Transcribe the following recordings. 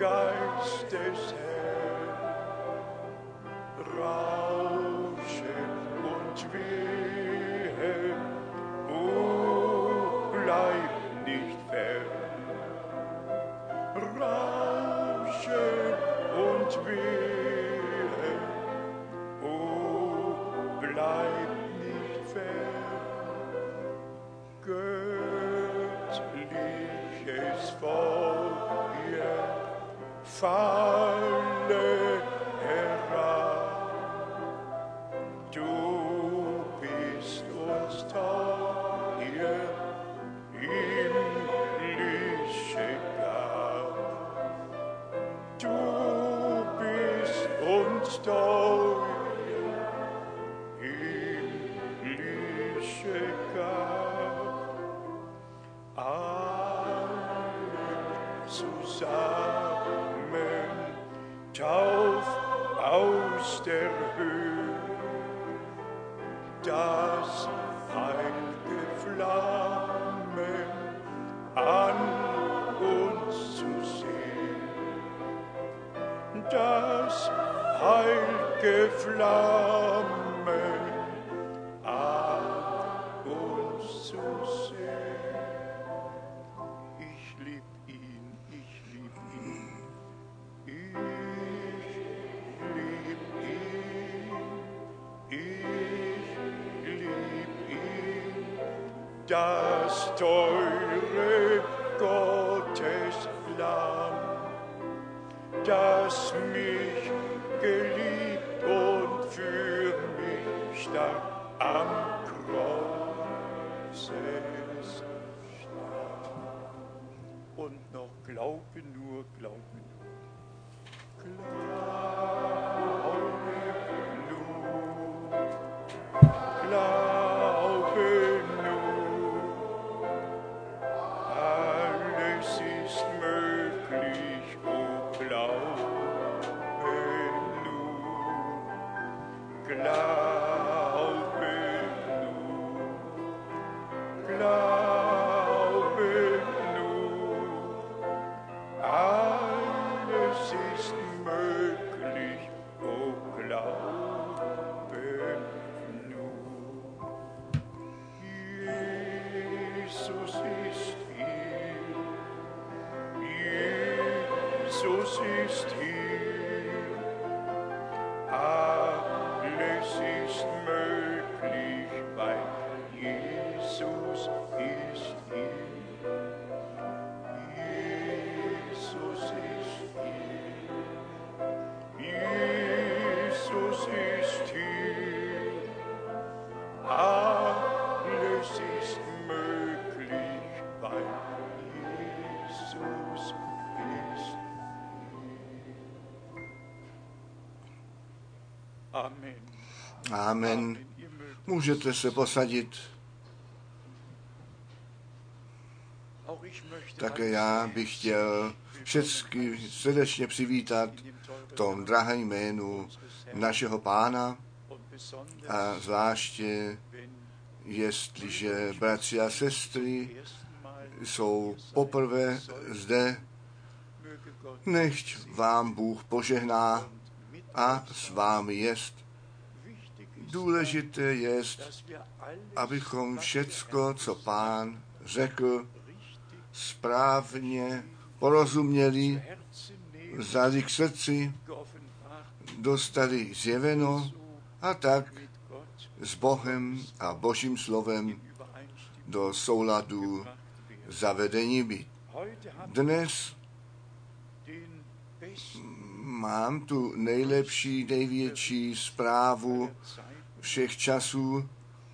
Geist des Herrn, rausche und wehe, oh, bleib nicht fern. Rausche und wehe, oh, bleib nicht fern. Göttliches Feuer, falle herab. Du bist uns teuer, himmlische Gabe. Du bist uns teuer, himmlische Gabe. Alle zusammen, Tauf aus der Höhe, das heilige Flammen an uns zu sehen, das heilige Flammen an uns zu sehen. Ich lieb ihn, ich lieb ihn, ich lieb ihn, ich lieb ihn, das teure Gotteslamm, das mich geliebt und für mich starb am Kreuze starb. Und noch glaube nur, glaube nur. Glaube nur, alles ist möglich, oh glaube nur, glaube nur, glaube nur, alles ist möglich, oh glaube nur. Jesus ist hier, Jesus ist hier, alles ist möglich, weil Jesus ist hier. Jesus ist hier, Jesus ist hier, alles ist möglich, weil Jesus ist hier. Amen. Amen. Můžete se posadit. Také já bych chtěl všechny srdečně přivítat v tom drahém jménu našeho Pána a zvláště, jestliže bratři a sestry jsou poprvé zde, nechť vám Bůh požehná a s vámi jest. Důležité je, abychom všecko, co Pán řekl, správně porozuměli, vzali k srdci, dostali zjeveno a tak s Bohem a Božím slovem do souladu zavedení být. Dnes mám tu nejlepší, největší zprávu všech časů.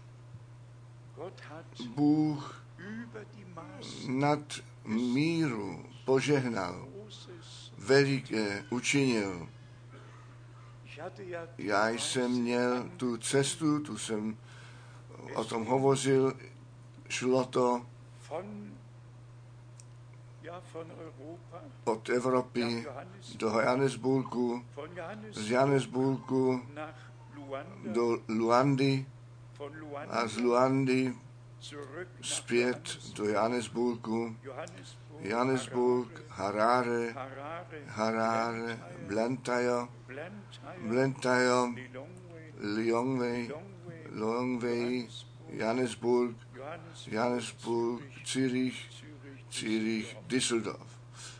Bůh nad míru požehnal, veliké učinil. Já jsem měl tu cestu, tu jsem o tom hovořil, šlo to od Evropy do Johannesburgu, z Johannesburgu do Luandy a z Luandy zpět do Johannesburgu, Johannesburg, Harare, Blantyre, Lilongwe, Johannesburg, Zürich, Düsseldorf.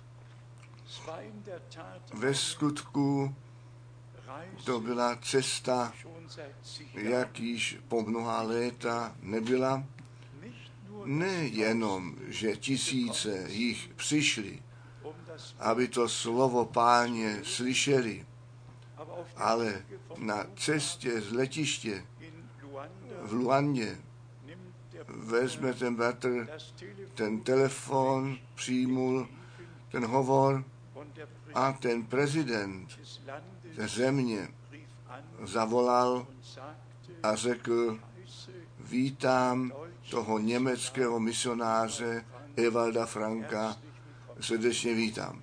Ve skutku to byla cesta, jak již po mnoha léta nebyla. Nejenom, že tisíce jich přišli, aby to slovo Páně slyšeli, ale na cestě z letiště v Luandě vezme ten bratr ten telefon, přijmul ten hovor a ten prezident té země zavolal a řekl: vítám toho německého misionáře Evalda Franka, srdečně vítám.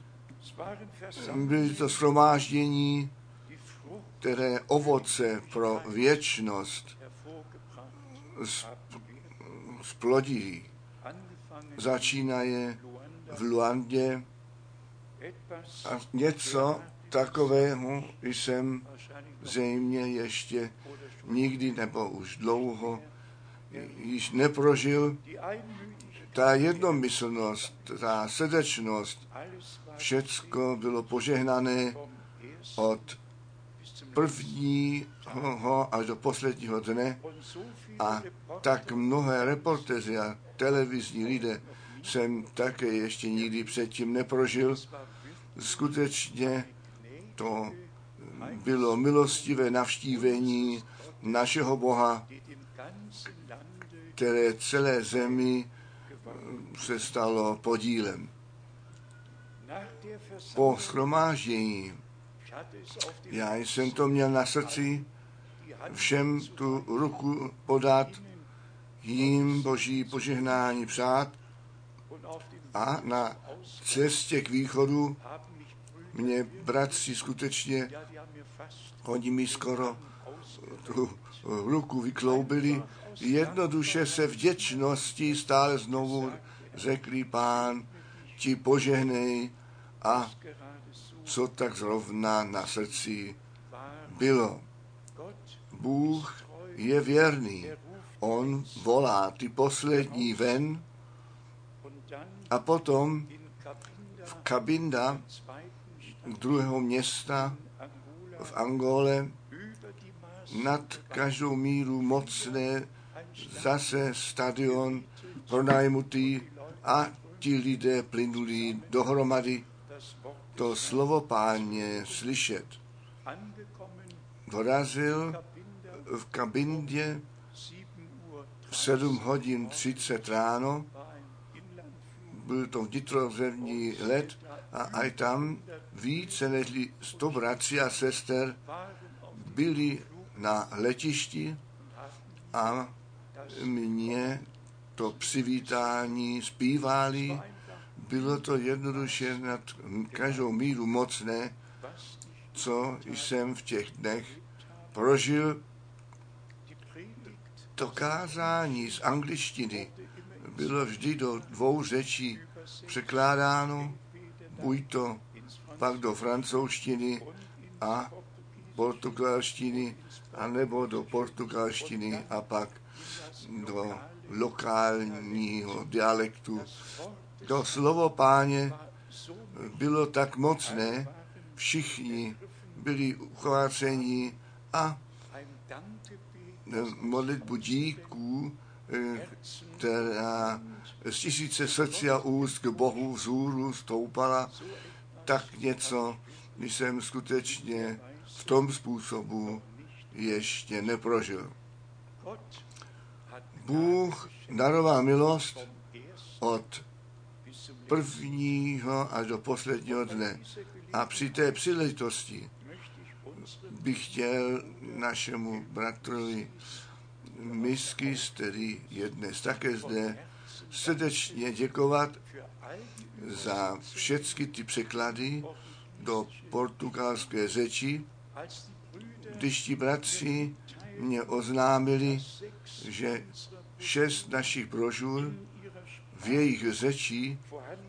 Byly to shromáždění, které ovoce pro věčnost splodí. Začínaje v Luandě a něco takového jsem zřejmě ještě nikdy nebo už dlouho již neprožil. Ta jednomyslnost, ta srdečnost, všecko bylo požehnané od prvního až do posledního dne a tak mnohé reportéři a televizní lidé jsem také ještě nikdy předtím neprožil. Skutečně to bylo milostivé navštívení našeho Boha, které celé zemi se stalo podílem. Po shromáždění já jsem to měl na srdci všem tu ruku podat, jim Boží požehnání přát a na cestě k východu mě bratři skutečně, oni mi skoro tu ruku vykloubili, jednoduše se vděčnosti stále znovu řekli: Pán ti požehnej, a co tak zrovna na srdci bylo. Bůh je věrný, on volá ty poslední ven a potom v Cabinda, druhého města v Angole, nad každou míru mocné, zase stadion pronajmutý a ti lidé plynuli dohromady to slovo Páně slyšet. Dorazil v Cabindě v 7:30 ráno, byl to vnitrozemní let a aj tam více než 100 bratří a sester byli na letišti a mě to přivítání zpívali. Bylo to jednoduše nad každou míru mocné, co jsem v těch dnech prožil. To kázání z angličtiny bylo vždy do 2 řečí překládáno, buď to pak do francouzštiny a portugalštiny, anebo do portugalštiny a pak do lokálního dialektu. To slovo Páně bylo tak mocné, všichni byli uchváceni a modlitbu díků, která z tisíce srdcí a úst k Bohu vzhůru stoupala, tak něco jsem skutečně v tom způsobu ještě neprožil. Bůh daroval milost od prvního až do posledního dne. A při té příležitosti bych chtěl našemu bratrovi Miskis, který je dnes také zde, srdečně děkovat za všechny ty překlady do portugalské řeči, když ti bratři mě oznámili, že 6 našich brožur v jejich řeči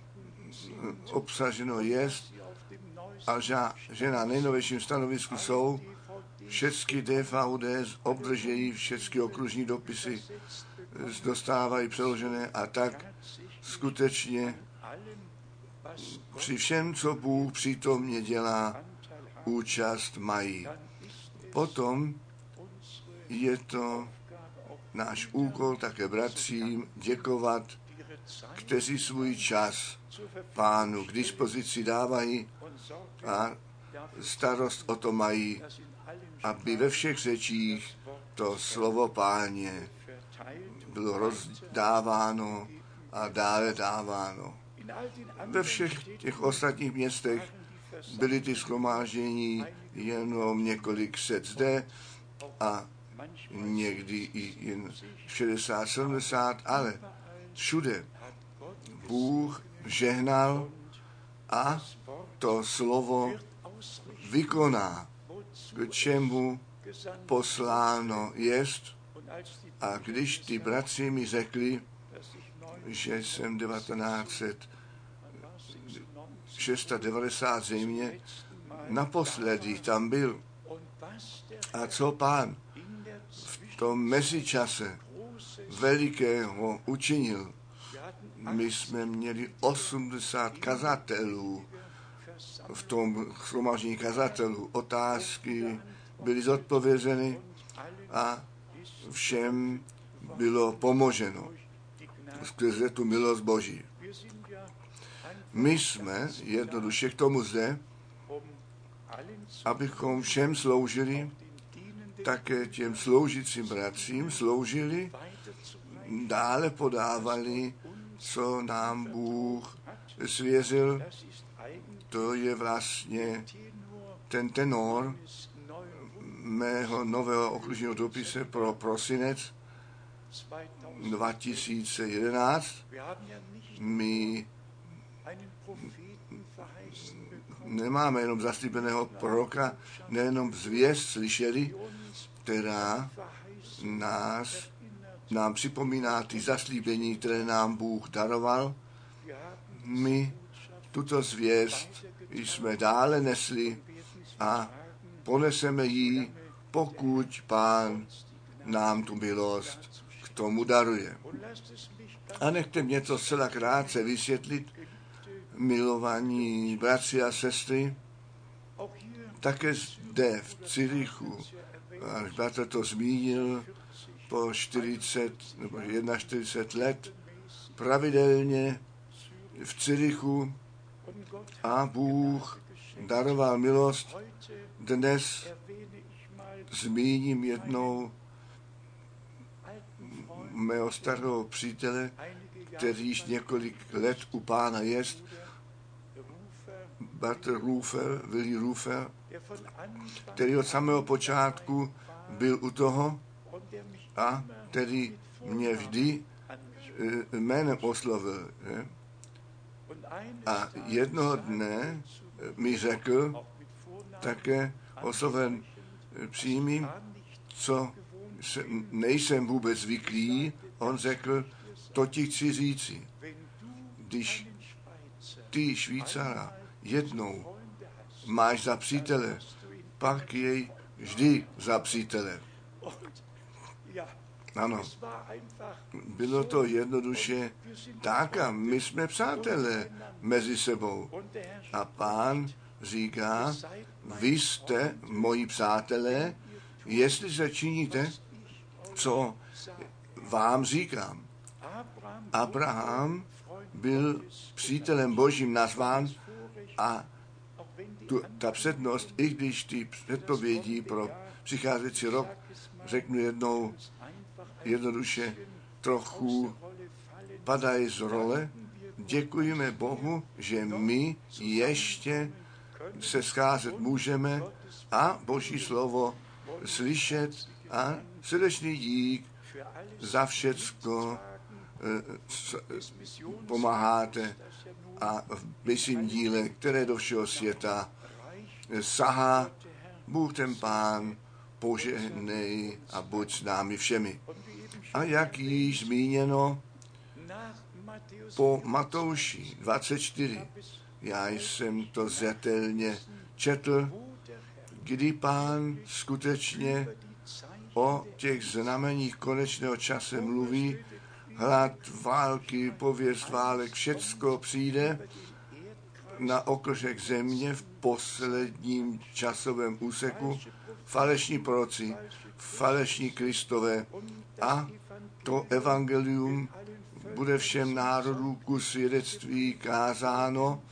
obsaženo jest a že na nejnovějším stanovisku jsou všechny DVD obdržejí, všechny okružní dopisy dostávají přeložené a tak skutečně při všem, co Bůh přítomně dělá, účast mají. Potom je to náš úkol také bratřím děkovat, kteří svůj čas Pánu k dispozici dávají a starost o to mají, aby ve všech řečích to slovo Páně bylo rozdáváno a dále dáváno. Ve všech těch ostatních městech byly ty shromáždění jenom několik set zde a někdy i jen 60, 70, ale všude Bůh žehnal a to slovo vykoná, k čemu posláno jest. A když ty bratři mi řekli, že jsem 1996 zřejmě naposledy tam byl, a co Pán v tom mezičase velikého učinil. My jsme měli 80 kazatelů v tom shromáždění kazatelů. Otázky byly zodpovězeny a všem bylo pomoženo skrze tu milost Boží. My jsme jednoduše k tomu zde, abychom všem sloužili, také těm sloužícím bratřím sloužili, dále podávali, co nám Bůh svěřil. To je vlastně ten tenor mého nového okružního dopise pro prosinec 2011. My nemáme jenom zaslíbeného proroka, nejenom zvěst slyšeli, která nám připomíná ty zaslíbení, které nám Bůh daroval. My tuto zvěst jsme dále nesli a poneseme ji, pokud Pán nám tu milost k tomu daruje. A nechte mě to zcela krátce vysvětlit, milovaní bratři a sestry, také zde v Cyrichu, až bratr to zmínil, po 40 nebo 41 let pravidelně v Cyrichu a Bůh daroval milost. Dnes zmíním jednou mého starého přítele, který již několik let u Pána jest, bratr Rufer, Willi Rufer, který od samého počátku byl u toho a který mě vždy jménem oslovil. A jednoho dne mi řekl, také osloven přímým, co nejsem vůbec zvyklý, on řekl, to ti chci říci, když ty Švýcara jednou máš za přítele, pak jej vždy za přítele. Ano, bylo to jednoduše tak a my jsme přátelé mezi sebou. A Pán říká, vy jste moji přátelé, jestliže činíte, co vám říkám. Abraham byl přítelem Božím nazván a ta přednost, i když ty předpovědí pro přicházející rok, řeknu jednou jednoduše, trochu padají z role. Děkujeme Bohu, že my ještě se scházet můžeme a Boží slovo slyšet a srdečný dík za všecko pomáháte a v misijním díle, které do všeho světa sahá. Bůh ten Pán požehnej a buď s námi všemi. A jak již zmíněno, po Matouši 24, já jsem to zřetelně četl, kdy Pán skutečně o těch znameních konečného čase mluví, hlad, války, pověst válek, všecko přijde na okružek země v posledním časovém úseku, falešní proroci, falešní Kristové a to evangelium bude všem národům ku svědectví kázáno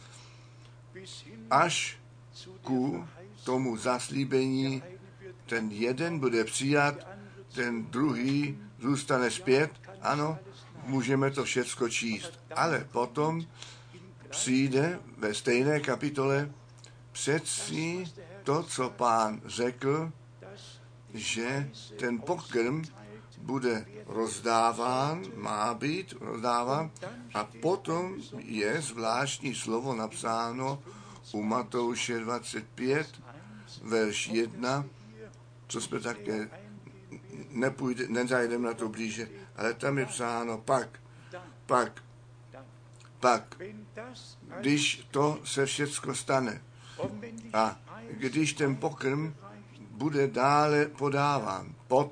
až ku tomu zaslíbení. Ten jeden bude přijat, ten druhý zůstane zpět. Ano, můžeme to všecko číst. Ale potom přijde ve stejné kapitole přeci to, co Pán řekl, že ten pokrm bude rozdáván, má být rozdáván a potom je zvláštní slovo napsáno u Matouše 25, verš 1, co jsme také nezajdeme na to blíže, ale tam je psáno pak, když to se všecko stane a když ten pokrm bude dále podáván,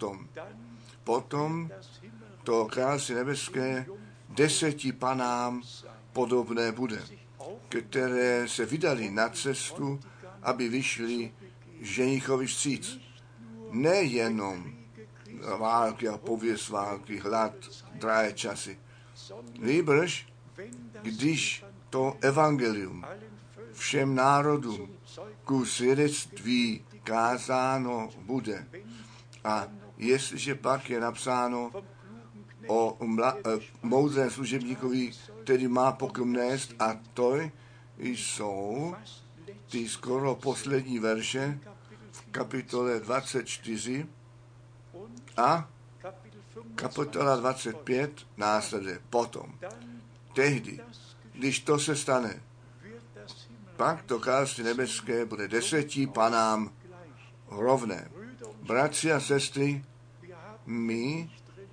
potom to království nebeské 10 panám podobné bude, které se vydali na cestu, aby vyšli ženichovi vstříc. Nejenom války a pověst války, hlad, drahé časy. Nýbrž, když to evangelium všem národům ku svědectví kázáno bude. A jestliže pak je napsáno o moudrém služebníkovi, který má pokrm nést, a to jsou ty skoro poslední verše v kapitole 24 a kapitola 25 následuje potom. Tehdy, když to se stane, pak to království nebeské bude 10 panám rovné. Bratři a sestry, my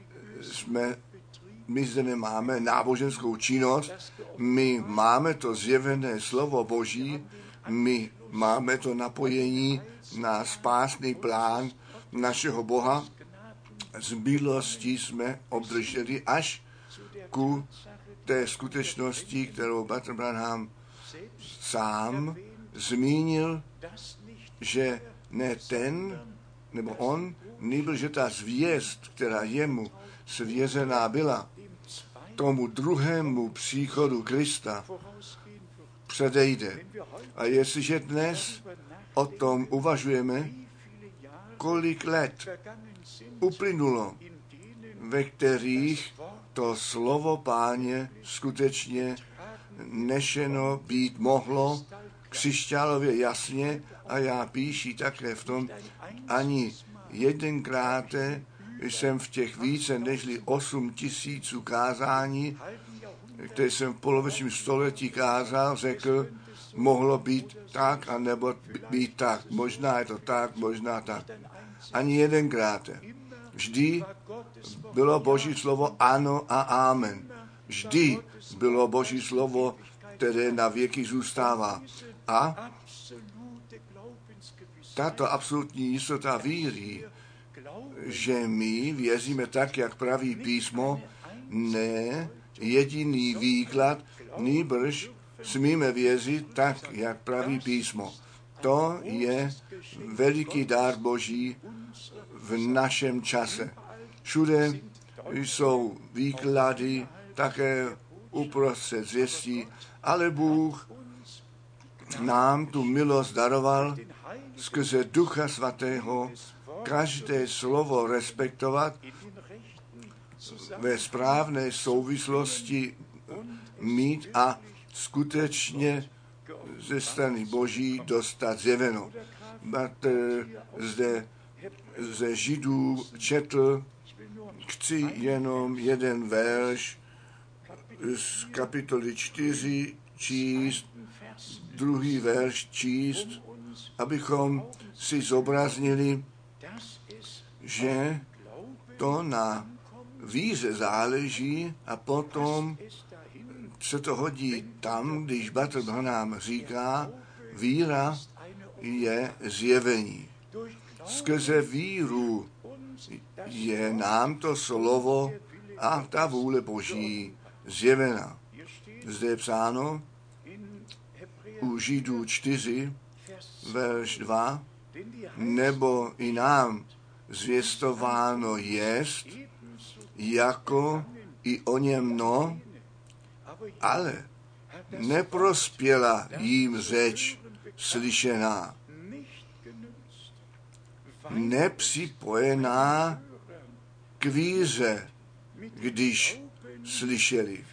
zde nemáme náboženskou činnost, my máme to zjevené slovo Boží, my máme to napojení na spásný plán našeho Boha. Z milosti jsme obdrželi až ku té skutečnosti, kterou Bratr Branham sám zmínil, že ne ten, nebo on, nebyl, že ta zvěst, která jemu svěřená byla, tomu druhému příchodu Krista předejde. A jestliže dnes o tom uvažujeme, kolik let uplynulo, ve kterých to slovo Páně skutečně nešeno být mohlo křišťálově jasně, a já píši také v tom, ani jedenkrát jsem v těch více nežli 8 000 kázání, které jsem v polovičním století kázal, řekl, mohlo být tak, anebo být tak. Možná je to tak, možná tak. Ani jedenkrát. Vždy bylo Boží slovo ano a amen. Vždy bylo Boží slovo, které na věky zůstává. A tato absolutní jistota víry, že my věříme tak, jak praví písmo, ne jediný výklad, nýbrž smíme věřit tak, jak praví písmo. To je veliký dár Boží v našem čase. Všude jsou výklady, také uprostřed zvěstí, ale Bůh nám tu milost daroval skrze Ducha Svatého každé slovo respektovat, ve správné souvislosti mít a skutečně ze strany Boží dostat zjeveno. Zde ze Židů četl, chci jenom jeden verš z kapitoly 4 číst, druhý verš číst, abychom si zobraznili, že to na víře záleží a potom se to hodí tam, když Bartl Branham říká, víra je zjevení. Skrze víru je nám to slovo a ta vůle Boží zjevena. Zde je psáno u Židů 4, verš 2, nebo i nám zvěstováno jest, jako i o něm ale neprospěla jím řeč slyšená, nepřipojená k víře, když slyšeli.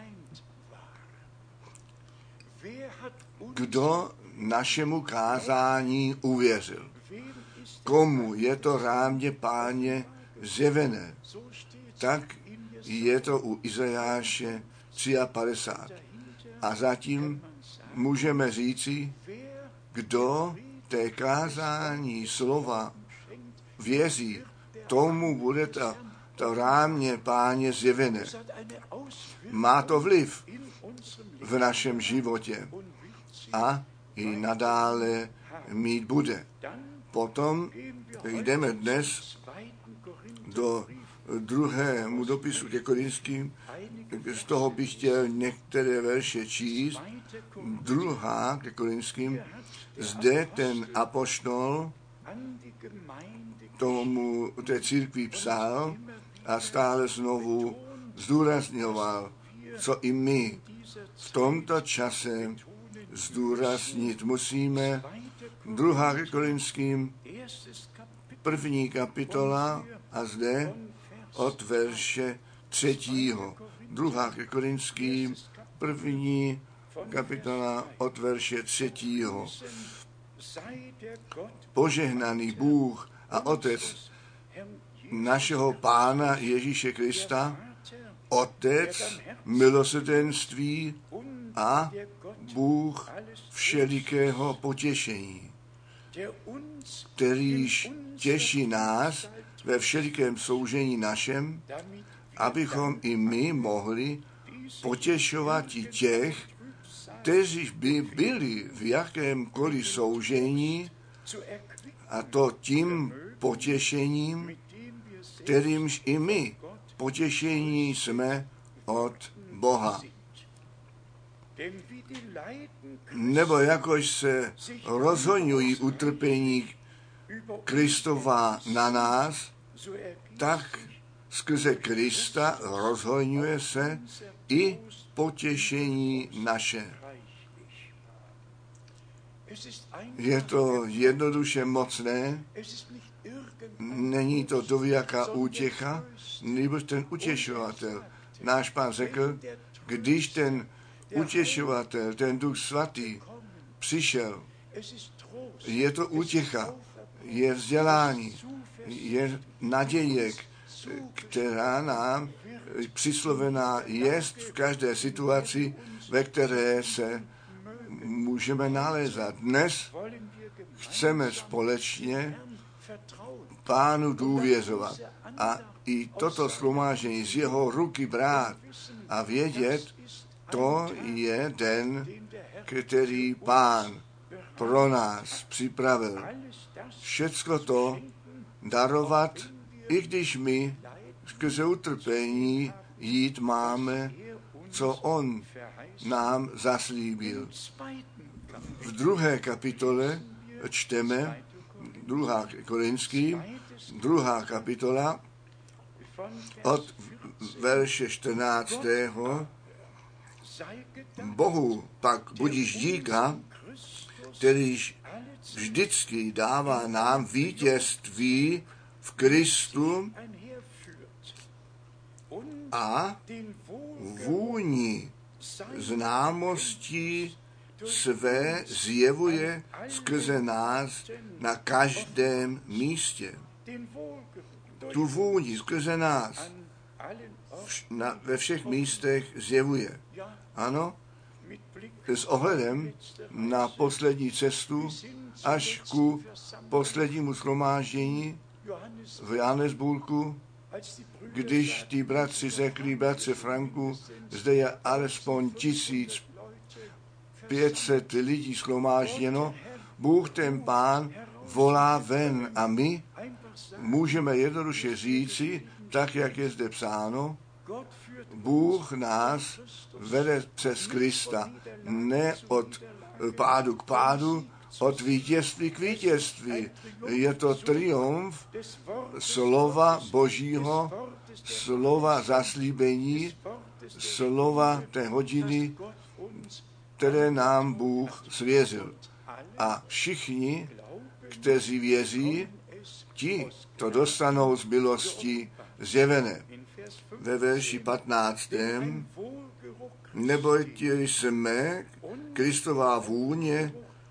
Kdo našemu kázání uvěřil? Komu je to rámě Páně zjevené? Tak je to u Izajáše 53. A zatím můžeme říci, kdo té kázání slova věří, tomu bude to rámě Páně zjevené. Má to vliv v našem životě a i nadále mít bude. Potom jdeme dnes do druhému dopisu ke Korinským. Z toho bych chtěl některé verše číst. Druhá ke Korinským. Zde ten apoštol té církvi psal a stále znovu zdůrazňoval, co i my v tomto čase zdůraznit musíme. Druhá ke Korinským, 1. kapitola a zde od verše 3. Druhá ke Korinským, 1. kapitola od verše 3. Požehnaný Bůh a Otec našeho Pána Ježíše Krista, Otec milosrdenství a Bůh všelikého potěšení, kterýž těší nás ve všelikém soužení našem, abychom i my mohli potěšovat i těch, kteří by byli v jakémkoliv soužení, a to tím potěšením, kterýmž i my potěšení jsme od Boha. Nebo jakož se rozhoňují utrpení Kristova na nás, tak skrze Krista rozhoňuje se i potěšení naše. Je to jednoduše mocné, není to dovějaká útěcha, nebo ten utěšovatel. Náš Pán řekl, když ten utěšovatel, ten Duch Svatý přišel, je to útěcha, je vzdělání, je naděje, která nám přislovená jest v každé situaci, ve které se můžeme nalézat. Dnes chceme společně Pánu důvěřovat a i toto shromáždění z jeho ruky brát a vědět, to je den, který Pán pro nás připravil. Všecko to darovat, i když my skrze utrpení jít máme, co on nám zaslíbil. V 2. kapitole čteme 2. Korinským, 2. kapitola od verše 14. Bohu pak budíš díka, kterýž vždycky dává nám vítězství v Kristu a vůni známostí své zjevuje skrze nás na každém místě. Tu vůni skrze nás ve všech místech zjevuje. Ano, s ohledem na poslední cestu až ku poslednímu shromáždění v Johannesburgu, když ti bratři řekli, bratře Franku, zde je alespoň 1500 lidí shromážděno, Bůh ten Pán volá ven a my můžeme jednoduše říci, tak jak je zde psáno, Bůh nás vede přes Krista, ne od pádu k pádu, od vítězství k vítězství. Je to triumf slova Božího, slova zaslíbení, slova té hodiny, které nám Bůh svěřil. A všichni, kteří věří, ti to dostanou z milosti zjevené. Ve verši 15. Neboť jsme Kristova vůně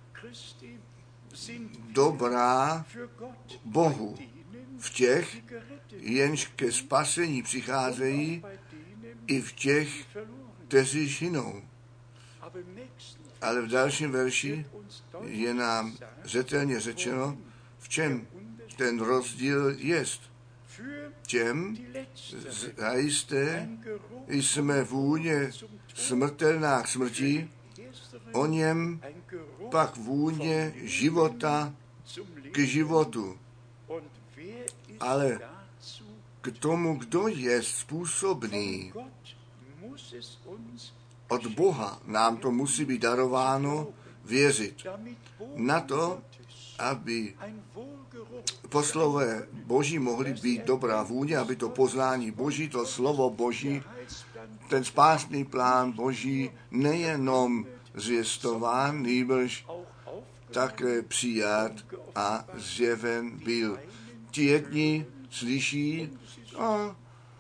dobrá Bohu v těch, jenž ke spasení přicházejí, i v těch, kteří hynou. Ale v dalším verši je nám zřetelně řečeno, v čem ten rozdíl jest. Těm zajisté jsme vůně smrtelná k smrti, o něm pak vůně života k životu. Ale k tomu, kdo je způsobný, od Boha nám to musí být darováno věřit. Na to, aby poslové Boží mohly být dobrá vůně, aby to poznání Boží, to slovo Boží, ten spásný plán Boží nejenom zvěstován, nýbrž také přijat a zjeven byl. Ti jedni slyší a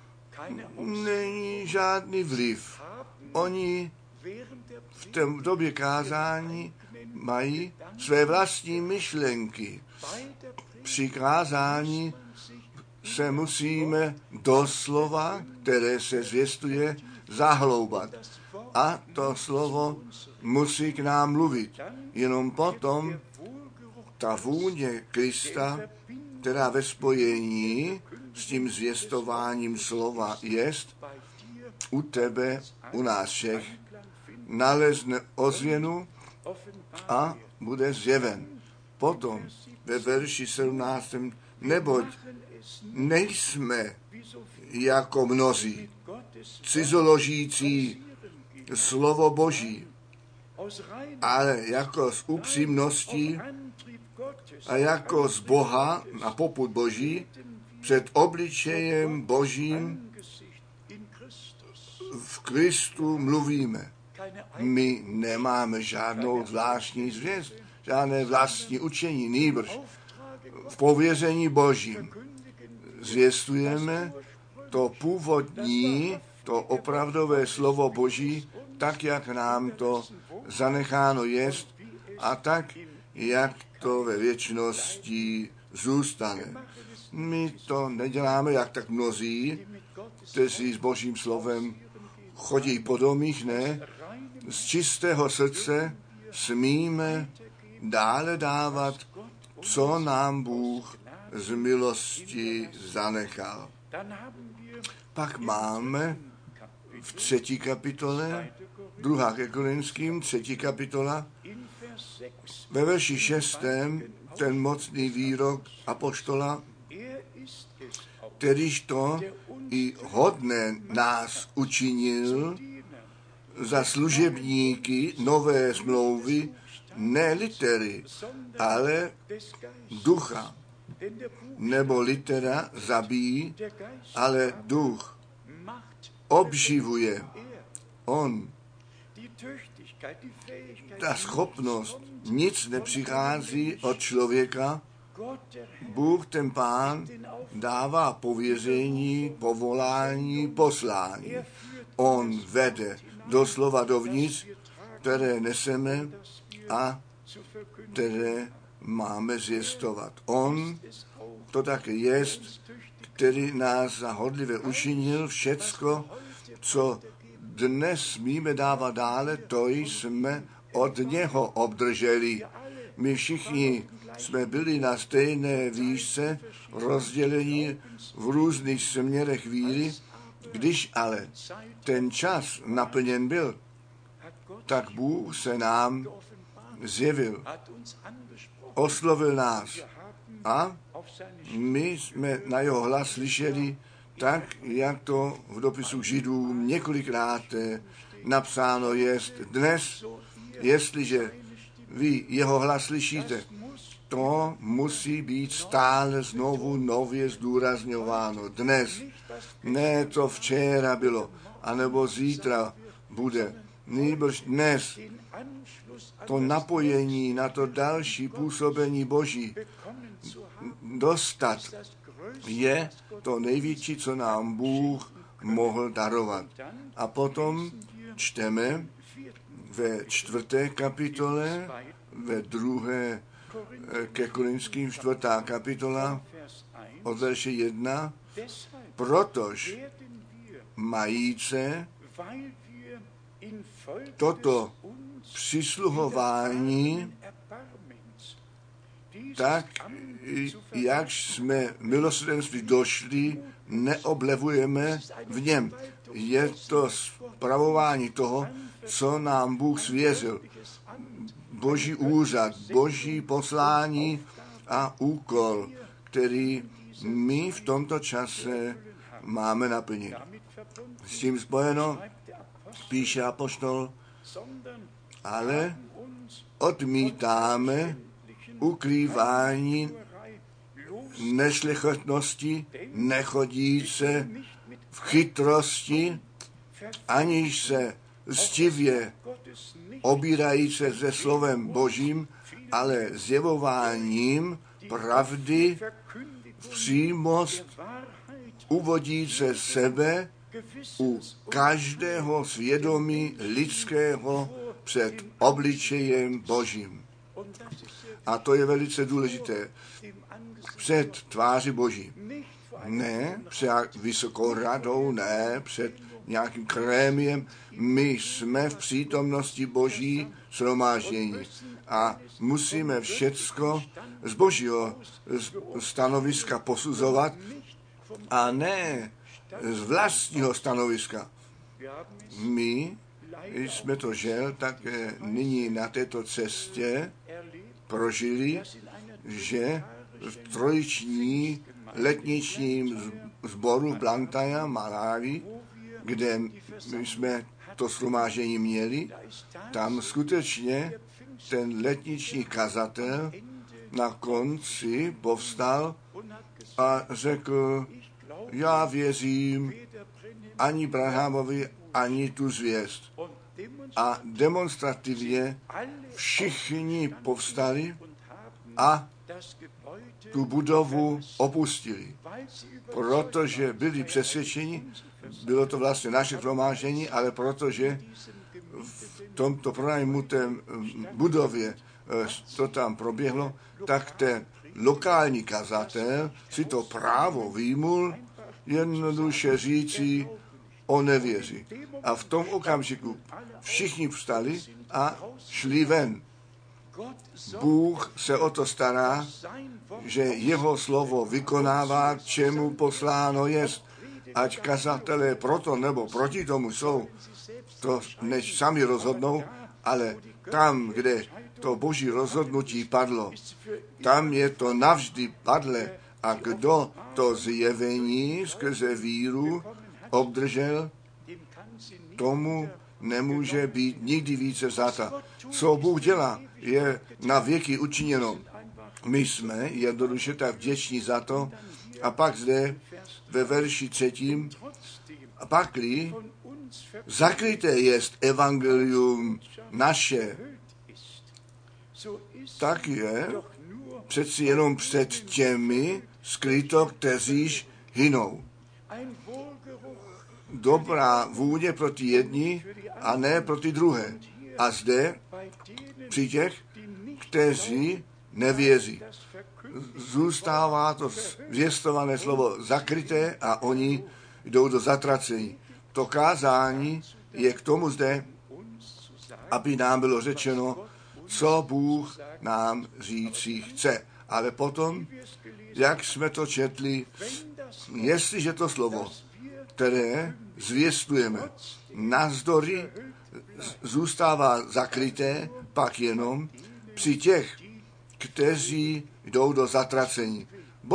není žádný vliv. Oni v té době kázání mají své vlastní myšlenky. Při kázání se musíme do slova, které se zvěstuje, zahloubat. A to slovo musí k nám mluvit. Jenom potom ta vůně Krista, která ve spojení s tím zvěstováním slova jest, u tebe, u nás všech, nalezne ozvěnu a bude zjeven. Potom ve verši 17. Neboť nejsme jako mnozí, cizoložící slovo Boží, ale jako z upřímností a jako z Boha na popud Boží před obličejem Božím v Kristu mluvíme. My nemáme žádnou zvláštní zvěst, žádné vlastní učení, nýbrž v pověření Božím zvěstujeme to původní, to opravdové slovo Boží, tak, jak nám to zanecháno jest a tak, jak to ve věčnosti zůstane. My to neděláme, jak tak mnozí, kteří s Božím slovem chodí po domích, ne. Z čistého srdce smíme dále dávat, co nám Bůh z milosti zanechal. Pak máme v 3. kapitole, 2. ke Korinským, 3. kapitola, ve verši 6. ten mocný výrok apoštola, kterýž to i hodné nás učinil za služebníky nové smlouvy, ne litery, ale ducha. Nebo litera zabíjí, ale duch obživuje. On, ta schopnost, nic nepřichází od člověka. Bůh, ten Pán, dává pověření, povolání, poslání. On vede doslova dovnitř, které neseme a které máme zjistovat. On to také jest, který nás za hodlivé učinil, všecko, co dnes smíme dávat dále, to jsme od něho obdrželi. My všichni jsme byli na stejné výšce, rozdělení v různých směrech víry. Když ale ten čas naplněn byl, tak Bůh se nám zjevil, oslovil nás a my jsme na jeho hlas slyšeli tak, jak to v dopisu Židům několikrát napsáno jest. Dnes, jestliže vy jeho hlas slyšíte, to musí být stále znovu nově zdůrazňováno. Dnes, ne to včera bylo, anebo zítra bude. Nýbrž dnes to napojení na to další působení Boží dostat je to největší, co nám Bůh mohl darovat. A potom čteme ve 4. kapitole, ve 2. ke Korinským 4. kapitola od verše 1, protože majíce toto přisluhování, tak jak jsme milosrdenství došli, neoblevujeme v něm. Je to spravování toho, co nám Bůh svěřil. Boží úřad, Boží poslání a úkol, který my v tomto čase máme naplnit. S tím spojeno píše apoštol, ale odmítáme ukrývání nešlechetnosti, nechodíce v chytrosti, aniž se lstivě obírajíce se slovem Božím, ale zjevováním pravdy v přímost uvodíce sebe u každého svědomí lidského před obličejem Božím. A to je velice důležité. Před tváří Boží. Ne před vysokou radou, ne před nějakým krémiem. My jsme v přítomnosti Boží shromáždění a musíme všecko z Božího stanoviska posuzovat a ne z vlastního stanoviska. My jsme to žel také nyní na této cestě prožili, že v trojiční letničním sboru v Blantyre, Malawi, kde my jsme to shromáždění měli, tam skutečně ten letniční kazatel na konci povstal a řekl, já věřím ani Branhamovi, ani tu zvěst. A demonstrativně všichni povstali a tu budovu opustili, protože byli přesvědčeni, bylo to vlastně naše shromáždění, ale protože v tomto pronajmutém budově to tam proběhlo, tak ten lokální kazatel si to právo výmul jednoduše říci, on nevěří. A v tom okamžiku všichni vstali a šli ven. Bůh se o to stará, že jeho slovo vykonává, k čemu posláno jest. Ať kazatelé proto nebo proti tomu jsou, to než sami rozhodnou, ale tam, kde to Boží rozhodnutí padlo, tam je to navždy padlé. A kdo to zjevení skrze víru obdržel, tomu nemůže být nikdy více vzata. Co Bůh dělá, je na věky učiněno. My jsme jednoduše tak vděční za to. A pak zde ve verši 3. A pakli zakryté jest evangelium naše, tak je přeci jenom před těmi skryto, kteříž hynou. Dobrá vůně proti jedni a ne proti druhé. A zde při těch, kteří nevěří, zůstává to zvěstované slovo zakryté a oni jdou do zatracení. To kázání je k tomu zde, aby nám bylo řečeno, co Bůh nám říci chce. Ale potom, jak jsme to četli, jestliže to slovo, které zvěstujeme, navzdory zůstává zakryté, pak jenom při těch, kteří jdou do zatracení.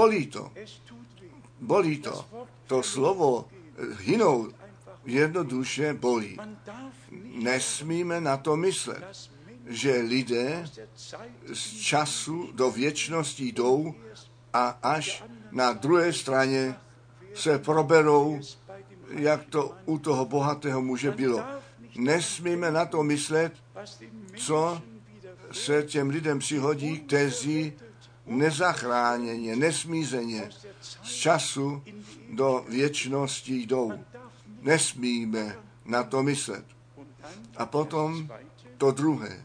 Bolí to. To slovo hynou jednoduše bolí. Nesmíme na to myslet, že lidé z času do věčnosti jdou a až na druhé straně se proberou, jak to u toho bohatého muže bylo. Nesmíme na to myslet, co se těm lidem přihodí, kteří nezachráněně, nesmízeně z času do věčnosti jdou. Nesmíme na to myslet. A potom to druhé.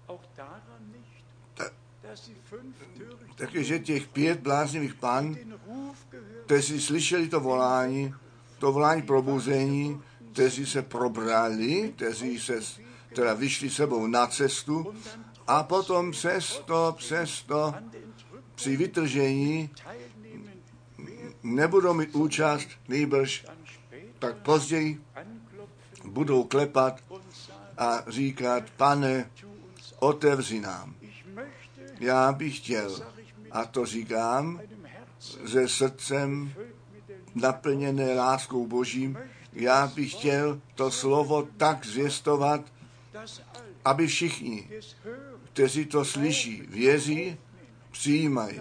Takže těch 5 bláznivých pan, kteří slyšeli to volání probuzení, kteří se probrali, kteří se teda vyšli sebou na cestu a potom přesto při vytržení nebudou mít účast, nejbrž tak později budou klepat a říkat, Pane, otevři nám. Já bych chtěl, a to říkám se srdcem naplněné láskou Božím, já bych chtěl to slovo tak zvěstovat, aby všichni, kteří to slyší, věří, přijímají,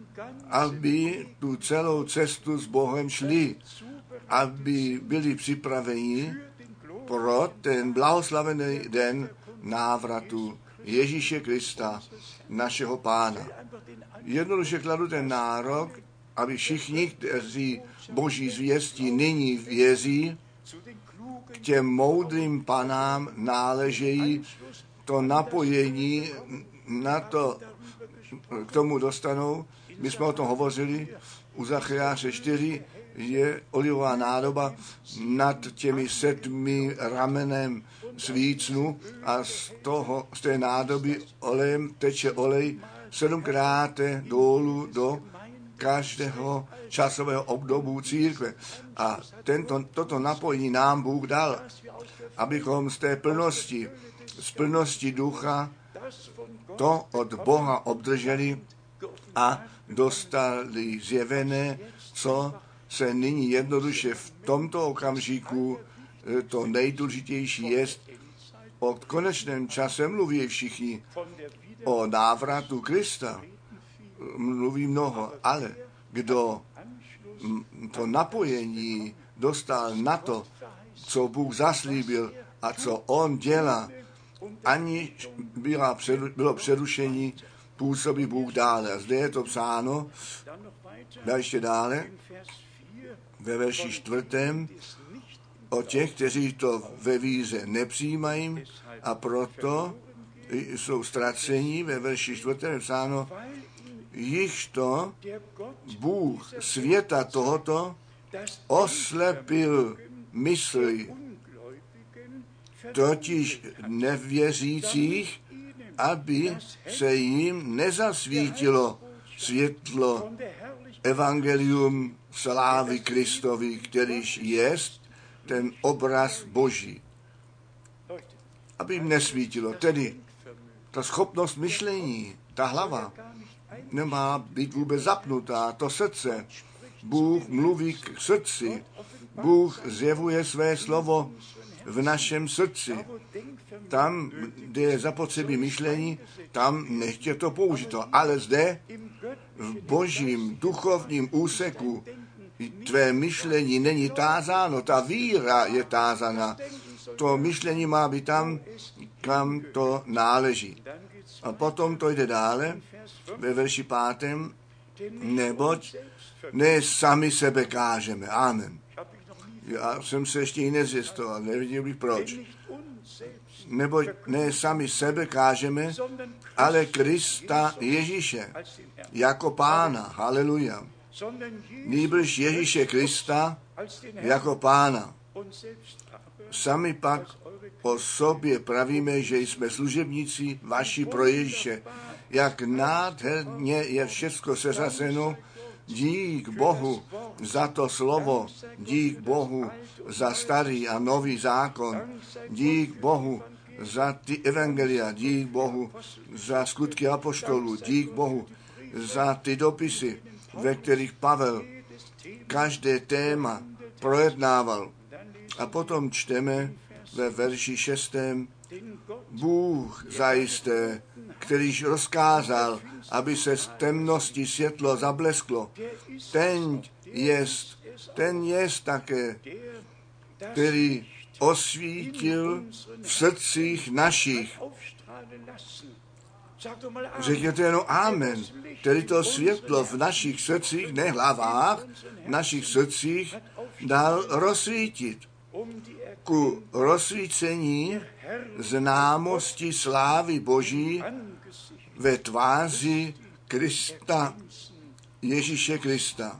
aby tu celou cestu s Bohem šli, aby byli připraveni pro ten blahoslavený den návratu Ježíše Krista, našeho Pána. Jednoduše kladu ten nárok, aby všichni, kteří Boží zvěstí nyní věří, k těm moudrým panám náležejí, to napojení na to, k tomu dostanou. My jsme o tom hovořili, u Zachariáše 4 je olivová nádoba nad těmi 7 ramenem svícnu a z té nádoby olejem teče olej 7krát dolů do každého časového obdobu církve. A toto napojení nám Bůh dal, abychom z té plnosti, z plnosti ducha to od Boha obdrželi a dostali zjevené, co se nyní jednoduše v tomto okamžiku to nejdůležitější je. O konečném čase mluví všichni, o návratu Krista mluví mnoho, ale kdo to napojení dostal na to, co Bůh zaslíbil a co on dělá, ani bylo přerušení, působí Bůh dále. A zde je to psáno, ještě dále, ve verši 4. o těch, kteří to ve víře nepřijímají a proto jsou ztracení, ve verši 4. je psáno, již to Bůh světa tohoto oslepil mysli, totiž nevěřících, aby se jim nezasvítilo světlo evangelium slávy Kristovi, kterýž jest ten obraz Boží. Aby jim nesvítilo. Tedy ta schopnost myšlení, ta hlava, nemá být vůbec zapnutá, to srdce. Bůh mluví k srdci. Bůh zjevuje své slovo v našem srdci. Tam, kde je zapotřebí myšlení, tam nechtě to použito. Ale zde, v Božím duchovním úseku, tvé myšlení není tázáno, ta víra je tázána. To myšlení má být tam, kam to náleží. A potom to jde dále, ve verši 5. Neboť ne sami sebe kážeme. Amen. Já jsem se ještě i nezjistoval, neviděl bych proč. Neboť ne sami sebe kážeme, ale Krista Ježíše jako Pána. Haleluja. Nýbrž Ježíše Krista jako Pána. Sami pak o sobě pravíme, že jsme služebníci vaši pro Ježíše. Jak nádherně je všechno seřazeno, dík Bohu za to slovo, dík Bohu za starý a nový zákon, dík Bohu za ty evangelia, dík Bohu za skutky apoštolů, dík Bohu za ty dopisy, ve kterých Pavel každé téma projednával. A potom čteme ve verši 6. Bůh zajisté, kterýž rozkázal, aby se z temnosti světlo zablesklo, ten jest také, který osvítil v srdcích našich. Řekněte jenom amen, který to světlo v našich srdcích, ne hlavách, v našich srdcích dal rozsvítit ku rozsvícení známosti slávy Boží ve tváři Krista, Ježíše Krista.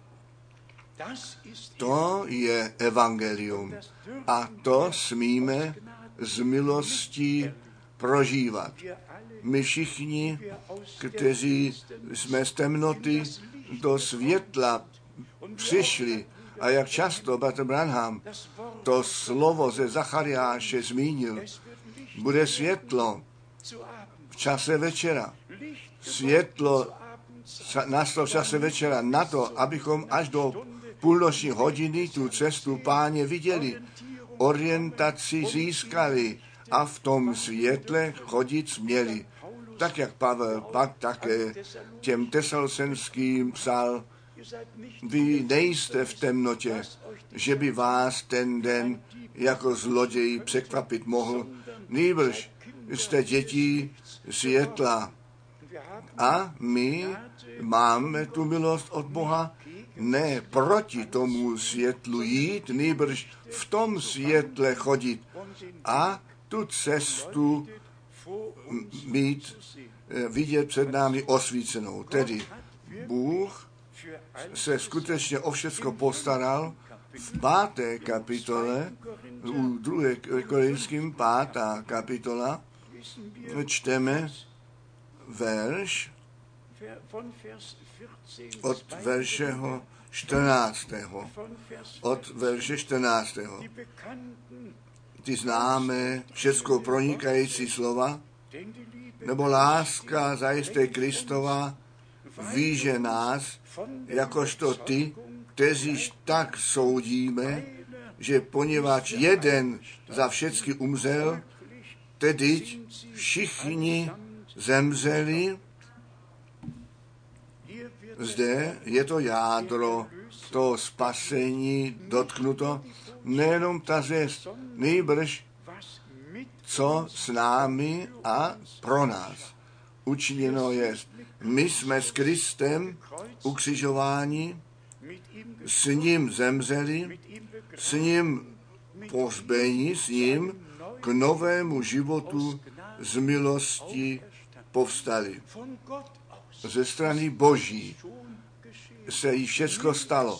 To je evangelium a to smíme z milostí prožívat. My všichni, kteří jsme z temnoty do světla přišli, a jak často Bratr Branham to slovo ze Zachariáše zmínil, bude světlo v čase večera. Světlo nastalo v čase večera na to, abychom až do půlnoční hodiny tu cestu Páně viděli, orientaci získali a v tom světle chodit směli. Tak jak Pavel pak také těm Tesalonickým psal, vy nejste v temnotě, že by vás ten den jako zloděj překvapit mohl, nýbrž jste dětí světla. A my máme tu milost od Boha ne proti tomu světlu jít, nýbrž v tom světle chodit a tu cestu mít, vidět před námi osvícenou. Tedy Bůh se skutečně o všecko postaral. V 5. kapitole, u 2. Korinským 5. kapitola, čteme verš od verše 14. Od verše 14. Ty známe všecko pronikající slova, nebo láska zajisté Kristova výže nás, jakožto ty, kteří tak soudíme, že poněvadž jeden za všecky umřel, tedy všichni zemřeli. Zde je to jádro toho spasení dotknuto, nejenom ta zvěst, nýbrž co s námi a pro nás učiněno jest. My jsme s Kristem ukřižováni, s ním zemřeli, s ním pohřbeni, s ním k novému životu z milosti povstali. Ze strany Boží se jí všecko stalo.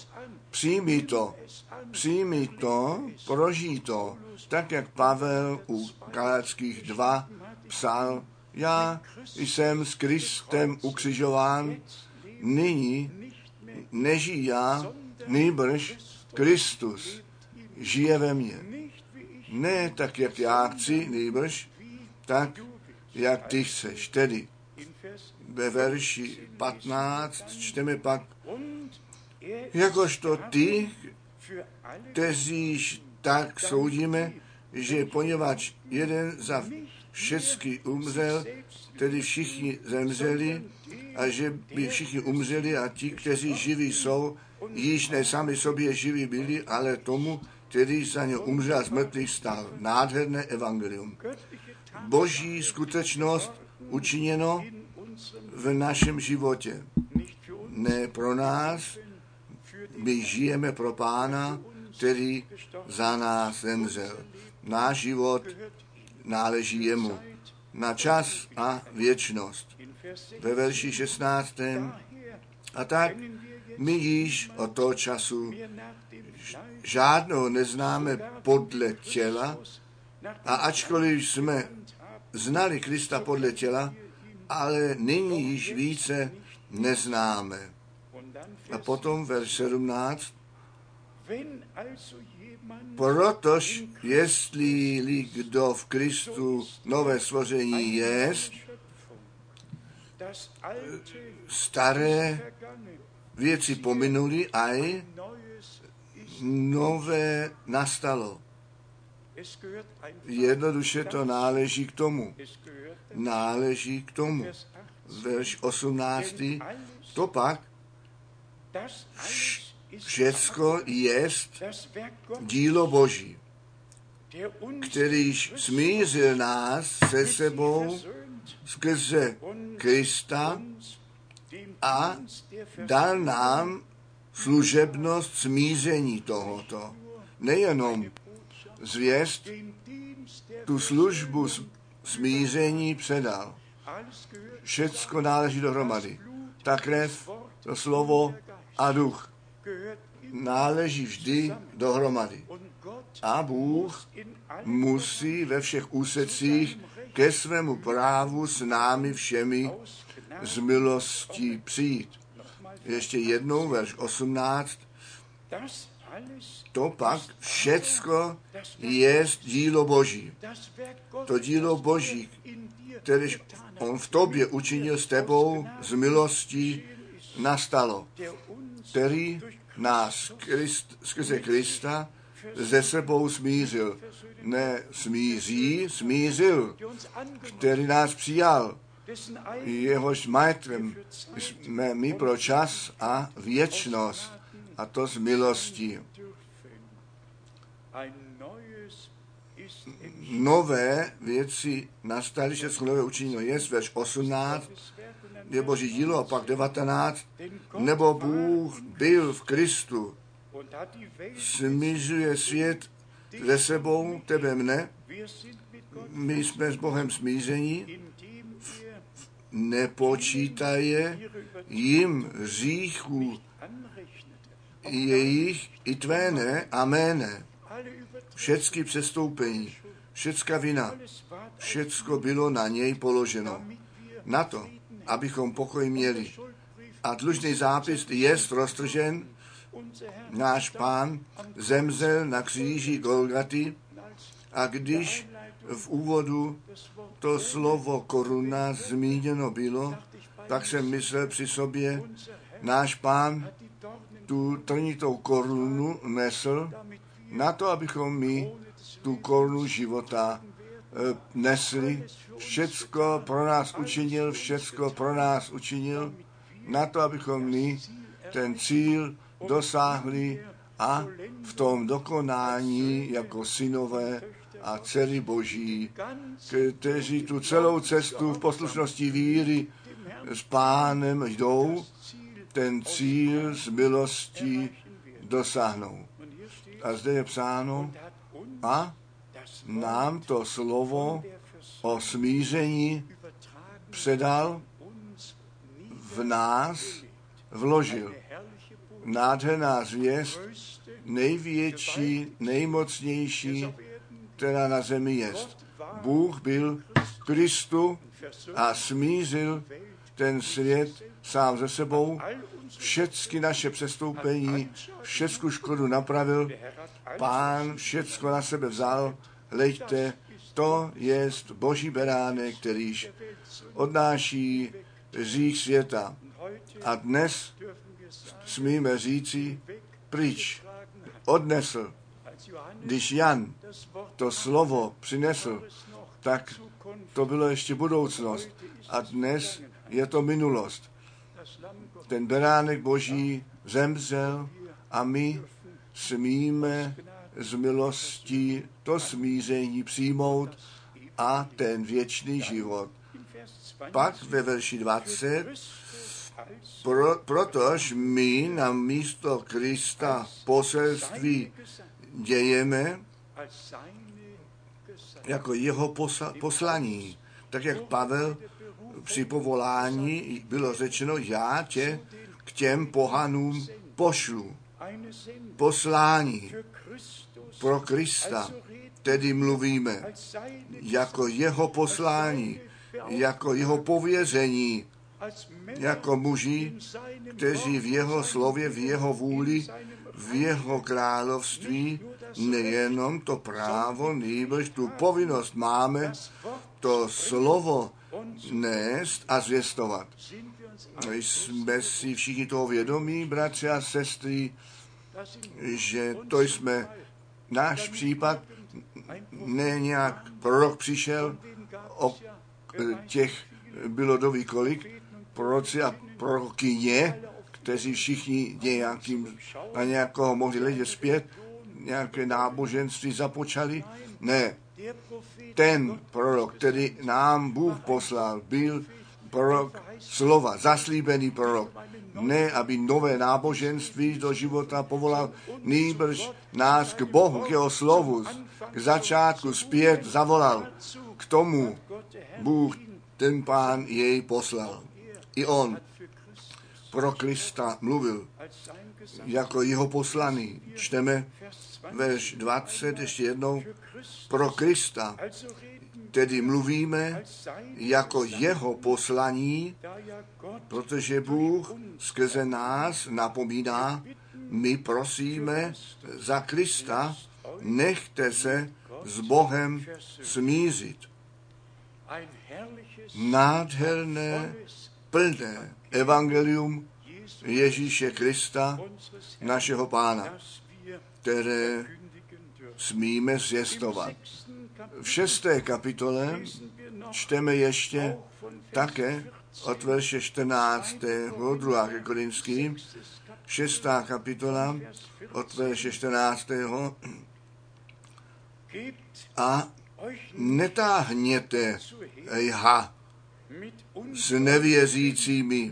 Přijmi to, prožij to, tak jak Pavel u Galackých 2 psal, já jsem s Kristem ukřižován, nyní nežij já, nýbrž Kristus žije ve mně. Ne tak, jak já chci, nýbrž tak, jak ty chceš. Tedy ve verši 15 čteme pak, jakožto ty, kteří tak soudíme, že poněvadž jeden za všechny umřel, tedy všichni zemřeli, a že by všichni umřeli a ti, kteří živí jsou, již ne sami sobě živí byli, ale tomu, který za ně umřel a z mrtvých stál. Nádherné evangelium. Boží skutečnost učiněno v našem životě. Ne pro nás, my žijeme pro Pána, který za nás zemřel. Náš život náleží jemu na čas a věčnost. Ve verši 16. A tak My již od toho času žádnou neznáme podle těla, a ačkoliv jsme znali Krista podle těla, ale nyní již více neznáme. A potom verš 17. Protož jestli kdo v Kristu nové stvoření jest, staré věci pominuli a nové nastalo. Jednoduše to náleží k tomu. Náleží k tomu. Verš 18. To pak všecko jest dílo Boží, kterýž smířil nás se sebou skrze Krista a dal nám služebnost smíření tohoto. Nejenom zvěst, tu službu smíření předal. Všecko náleží dohromady. Ta krev, to slovo a duch náleží vždy dohromady. A Bůh musí ve všech úsecích ke svému právu s námi všemi z milostí přijít. Ještě jednou, verš 18. To pak všecko jest dílo Boží. To dílo Boží, kteréž on v tobě učinil s tebou z milostí, nastalo, který nás skrze Krista ze sebou smířil. Ne smíří, smířil, který nás přijal. Jehož majetrem jsme my pro čas a věčnost, a to z milostí. Nové věci nastaly, všechno nové učiněno je, verš 18, je Boží dílo, a pak 19, nebo Bůh byl v Kristu, smířuje svět ze sebou, tebe mne, my jsme s Bohem smíření, nepočítaje jim hříchů jejich i tvé ne a mé ne. Všecky přestoupení, všecka vina, všecko bylo na něj položeno. Na to, abychom pokoj měli. A dlužný zápis jest roztržen, náš Pán zemřel na kříži Golgaty, a když v úvodu to slovo koruna zmíněno bylo, tak jsem myslel při sobě, náš Pán tu trnitou korunu nesl na to, abychom my tu korunu života nesli. Všecko pro nás učinil, všecko pro nás učinil, na to, abychom my ten cíl dosáhli a v tom dokonání jako synové a dcery Boží, kteří tu celou cestu v poslušnosti víry s Pánem jdou, ten cíl z milostí dosáhnou. A zde je psáno, a nám to slovo o smíření předal, v nás vložil. Nádherná zvěst, největší, nejmocnější, která na zemi jest. Bůh byl v Kristu a smířil ten svět sám ze sebou, všechny naše přestoupení, všecku škodu napravil, Pán všecko na sebe vzal, hleďte, to jest Boží beránek, kterýž odnáší hřích světa. A dnes smíme říci, pryč, odnesl. Když Jan to slovo přinesl, tak to bylo ještě budoucnost. A dnes je to minulost. Ten beránek Boží zemřel a my smíme z milostí to smíření přijmout a ten věčný život. Pak ve verši 20, protož my na místo Krista poselství dějeme jako jeho poslaní. Tak jak Pavel při povolání bylo řečeno, já tě k těm pohanům pošlu poslání pro Krista, tedy mluvíme jako jeho poslání, jako jeho pověření, jako muži, kteří v jeho slově, v jeho vůli, v jeho království nejenom to právo, nýbrž tu povinnost máme to slovo nést a zvěstovat. Jsme si všichni toho vědomí, bratři a sestry, že to jsme náš případ, ne nějak prorok přišel, o těch bylo doví kolik, proroci a prorokyně, kteří všichni na nějakého mohli letět zpět, nějaké náboženství započali. Ne, ten prorok, který nám Bůh poslal, byl prorok slova, zaslíbený prorok. Ne, aby nové náboženství do života povolal, nýbrž nás k Bohu, k jeho slovu, k začátku zpět zavolal. K tomu Bůh, ten Pán, jej poslal. I on pro Krista mluvil jako jeho poslaný. Čteme verš 20 ještě jednou. Pro Krista tedy mluvíme jako jeho poslaní, protože Bůh skrze nás napomíná, my prosíme za Krista, nechte se s Bohem smířit. Nádherné, plné evangelium Ježíše Krista, našeho Pána, které smíme zvěstovat. V 6. kapitole čteme ještě také od verše 14. 2. Korinským, 6. kapitola od verše 14. A netáhněte jha s nevěřícími.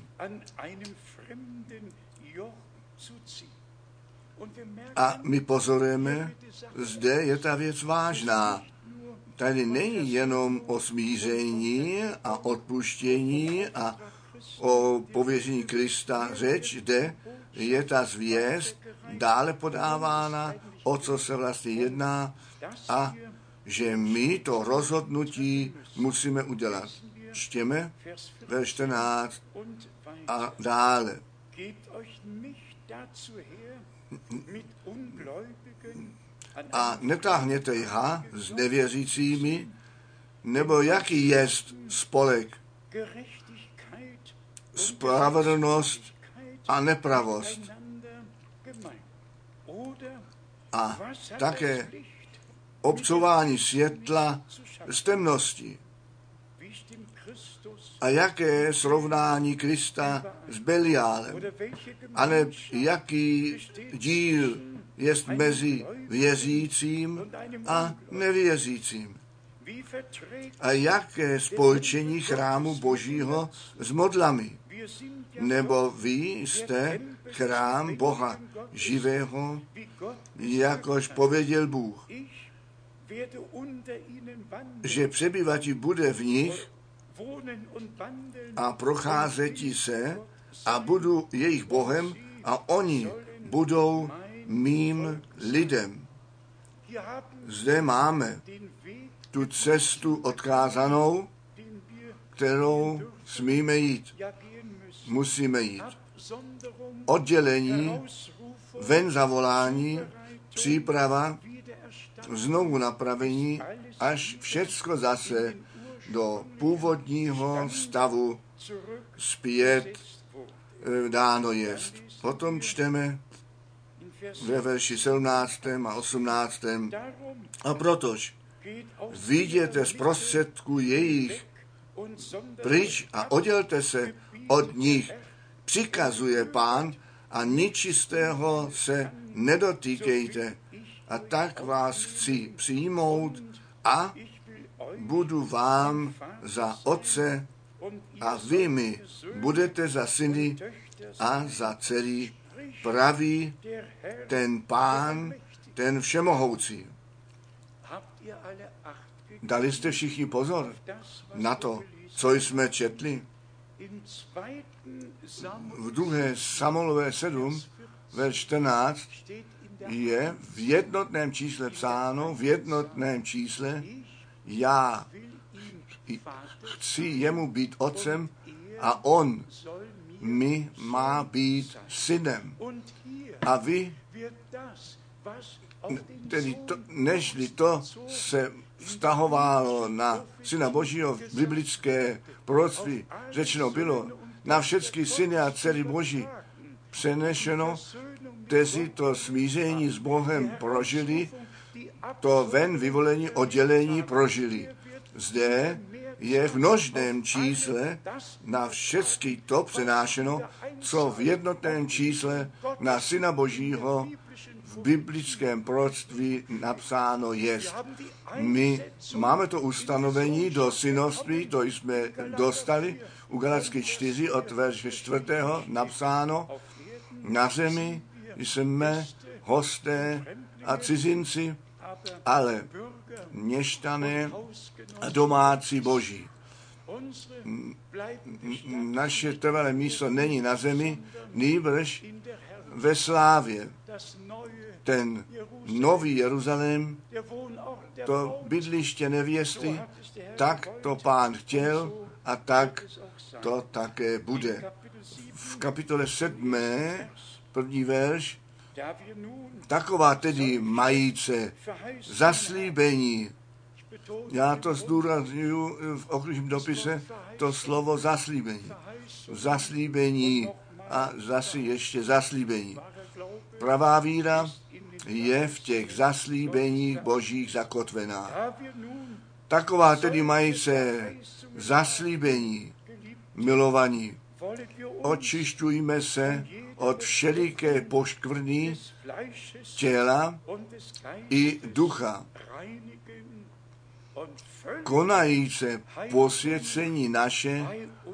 A my pozorujeme, zde je ta věc vážná. Tady není jenom o smíření a odpuštění a o pověření Krista řeč, kde je ta zvěst dále podávána, o co se vlastně jedná a že my to rozhodnutí musíme udělat. Čtěme ve 14 a dále. A netáhněte jha s nevěřícími, nebo jaký jest spolek, spravedlnost a nepravost. A také obcouvání světla z temnosti. A jaké srovnání Krista s Beliálem? A ne jaký díl jest mezi věřícím a nevěřícím? A jaké spolčení chrámu Božího s modlami? Nebo vy jste chrám Boha živého, jakož pověděl Bůh, že přebývatí bude v nich a procházeti se a budu jejich Bohem a oni budou mým lidem. Zde máme tu cestu odkázanou, kterou smíme jít. Musíme jít. Oddělení, ven zavolání, příprava, znovu napravení, až všecko zase do původního stavu zpět dáno jest. Potom čteme ve verši 17. a 18. A protož vyjděte z prostředku jejich pryč a oddělte se od nich, přikazuje Pán, a ničistého se nedotýkejte. A tak vás chci přijmout a budu vám za otce a vy mi budete za syny a za dcery, praví ten Pán, ten všemohoucí. Dali jste všichni pozor na to, co jsme četli? v 2. Samuelové 7, verš 14, je v jednotném čísle psáno, v jednotném čísle, já chci jemu být otcem a on mi má být synem. A vy, tedy nežli to se vztahovalo na syna Božího v biblické proroctví, řečeno bylo na všechny syny a dcery Boží přenešeno, kteří to smíření s Bohem prožili, to ven vyvolení oddělení prožili. Zde je v množném čísle na všechny to přenášeno, co v jednotném čísle na syna Božího v biblickém proroctví napsáno jest. My máme to ustanovení do synovství, to jsme dostali u Galatských 4 od verše 4. napsáno, na zemi jsme hosté a cizinci, ale měšťané a domácí Boží. Naše trvalé místo není na zemi, nýbrž ve slávě. Ten nový Jeruzalém, to bydliště nevěsty, tak to Pán chtěl a tak to také bude. V kapitole 7, první verš, taková tedy majíce zaslíbení, já to zdůrazňuji v okružním dopise, to slovo zaslíbení. Zaslíbení a zase ještě zaslíbení. Pravá víra je v těch zaslíbeních Božích zakotvená. Taková tedy majíce zaslíbení, milovaní, očišťujme se od všeliké poškvrny těla i ducha, konajíce posvěcení naše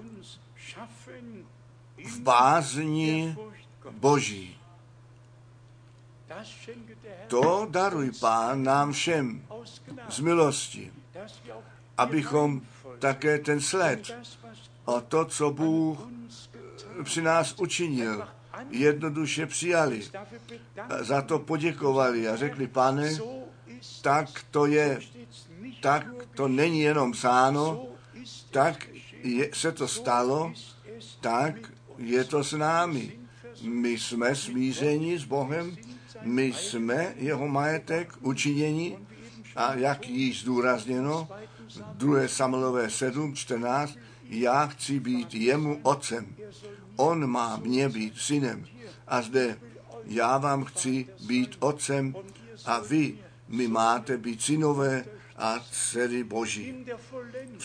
v bázni Boží. To daruj Pán nám všem z milosti, abychom také ten sled a to, co Bůh při nás učinil, jednoduše přijali. Za to poděkovali a řekli, Pane, tak to je, tak to není jenom psáno, tak se to stalo, tak je to s námi. My jsme smířeni s Bohem, my jsme jeho majetek učiněni a jak již zdůrazněno, 2. Samuelové 7, 14, já chci být jemu otcem, on má mě být synem. A zde já vám chci být otcem a vy mi máte být synové a dcery Boží. V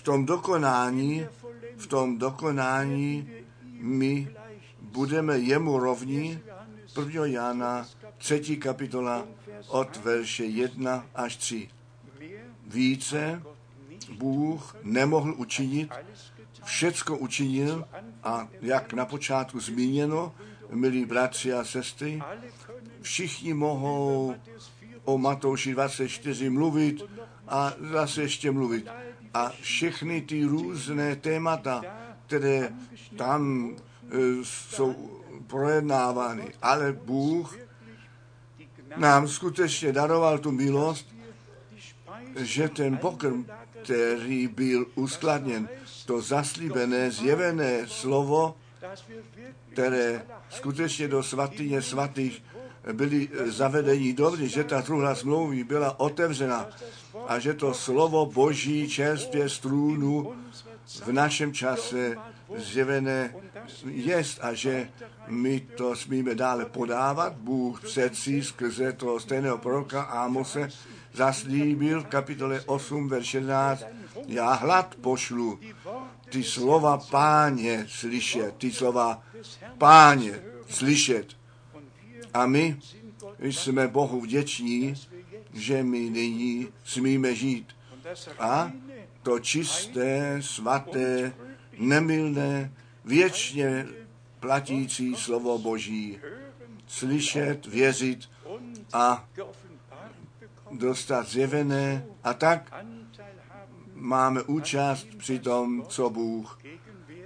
tom dokonání my budeme jemu rovní. 1. Jana 3. kapitola od verše 1 až 3. Více Bůh nemohl učinit, všecko učinil a jak na počátku zmíněno, milí bratři a sestry, všichni mohou o Matouši 24 mluvit a zase ještě mluvit. A všechny ty různé témata, které tam jsou projednávány, ale Bůh nám skutečně daroval tu milost, že ten pokrm, který byl uskladněn, to zaslíbené, zjevené slovo, které skutečně do svatyně svatých byli zavedení dovnitř, že ta truhla smlouvy byla otevřena a že to slovo Boží čerstvě z trůnu v našem čase zjevené jest a že my to smíme dále podávat. Bůh přeci skrze toho stejného proroka Ámose zaslíbil v kapitole 8, verš 11, já hlad pošlu ty slova Páně slyšet, ty slova Páně slyšet. A my jsme Bohu vděční, že my nyní smíme žít. A to čisté, svaté, nemylné, věčně platící slovo Boží slyšet, věřit a dostat zjevené a tak máme účast při tom, co Bůh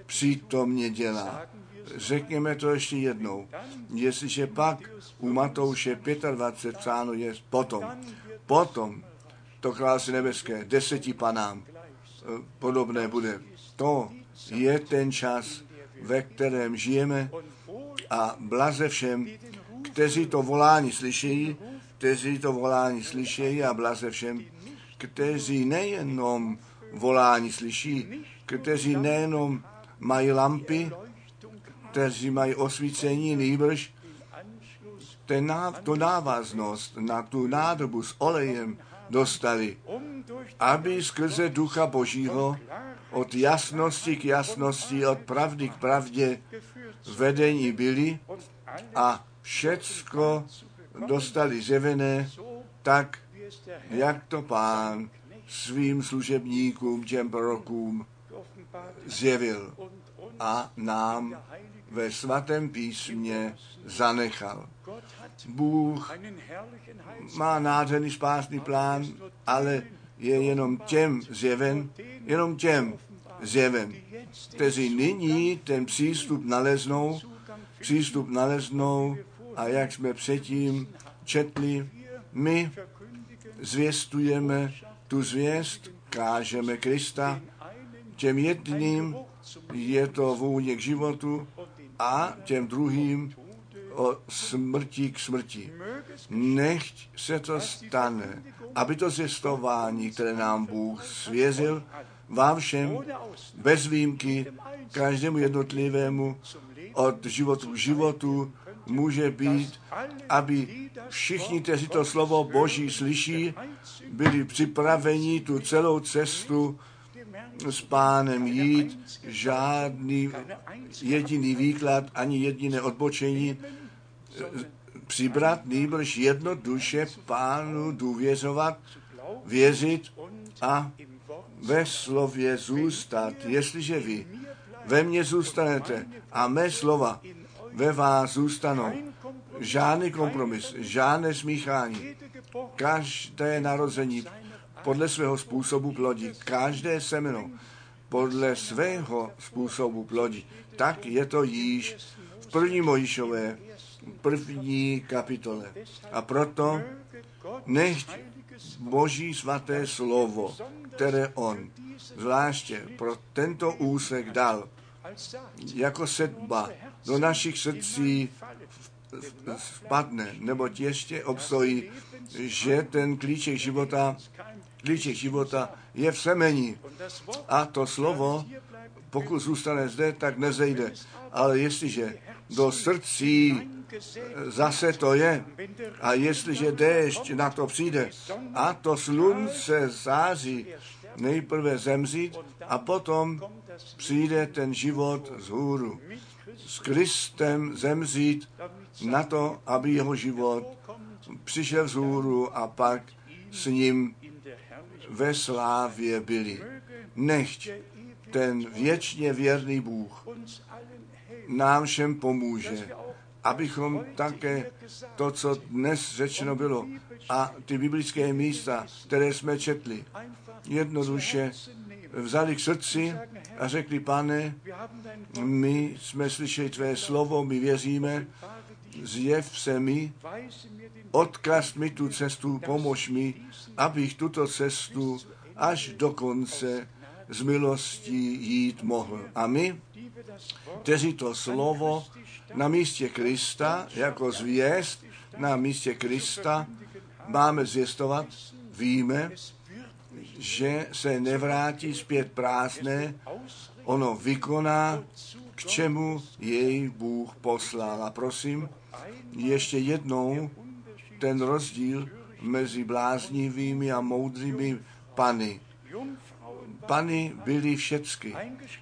přítomně dělá. Řekněme to ještě jednou. Jestliže pak u Matouše 25 psáno je potom to království nebeské 10 panám podobné bude. To je ten čas, ve kterém žijeme a blaze všem, kteří to volání slyší, a blaze všem, kteří nejenom volání slyší, kteří nejenom mají lampy, kteří mají osvícení, nýbrž tu návaznost na tu nádobu s olejem dostali, aby skrze Ducha Božího od jasnosti k jasnosti, od pravdy k pravdě vedení byli a všecko dostali zjevené, tak, jak to Pán svým služebníkům, těm prorokům zjevil a nám ve svatém písmě zanechal. Bůh má nádherný spásný plán, ale je jenom těm zjeven, kteří nyní ten přístup naleznou a jak jsme předtím četli, my zvěstujeme tu zvěst, kážeme Krista, těm jedním je to vůně k životu a těm druhým o smrti k smrti. Nechť se to stane, aby to zvěstování, které nám Bůh svěřil, vám všem, bez výjimky, každému jednotlivému od životu k životu může být, aby všichni, kteří to slovo Boží slyší, byli připraveni tu celou cestu s Pánem jít, žádný jediný výklad, ani jediné odbočení přibrat, nýbrž jednoduše Pánu důvěřovat, věřit a ve slově zůstat. Jestliže vy ve mně zůstanete a mé slova ve vás zůstanou, žádný kompromis, žádné smíchání, každé narození podle svého způsobu plodí, každé semeno podle svého způsobu plodí, tak je to již v 1. Mojžíšové 1. kapitole. A proto nechť Boží svaté slovo, které on zvláště pro tento úsek dal, jako sedba do našich srdcí spadne, neboť ještě obstojí, že ten klíček života je v semeni. A to slovo, pokud zůstane zde, tak nezejde. Ale jestliže do srdcí zase to je, a jestliže déšť na to přijde a to slunce září, nejprve zemřít a potom přijde ten život vzhůru. S Kristem zemřít na to, aby jeho život přišel vzhůru a pak s ním ve slávě byli. Nechť ten věčně věrný Bůh nám všem pomůže, abychom také to, co dnes řečeno bylo, a ty biblické místa, které jsme četli, jednoduše vzali k srdci a řekli: Pane, my jsme slyšeli tvé slovo, my věříme, zjev se mi, odkaz mi tu cestu, pomož mi, abych tuto cestu až do konce z milostí jít mohl. A my, kteří to slovo na místě Krista, jako zvěst na místě Krista máme zvěstovat, víme, že se nevrátí zpět prázdné, ono vykoná, k čemu jej Bůh poslal. A prosím, ještě jednou ten rozdíl mezi bláznivými a moudrými pany. Pany byly všecky.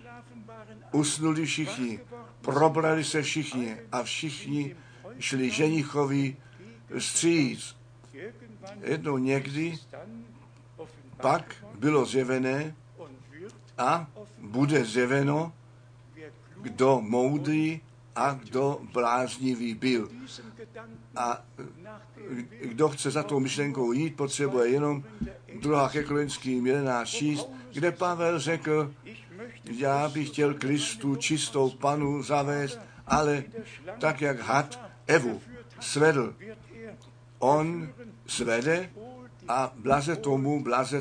Usnuli všichni, probrali se všichni a všichni šli ženichovi vstříc. Jednou někdy pak bylo zjevené a bude zjeveno, kdo moudrý a kdo bláznivý byl. A kdo chce za tou myšlenkou jít, potřebuje jenom 2. Korinským 11:6, kde Pavel řekl: Já bych chtěl Kristu čistou panu zavést, ale tak, jak had Evu svedl, on svede a blaze tomu,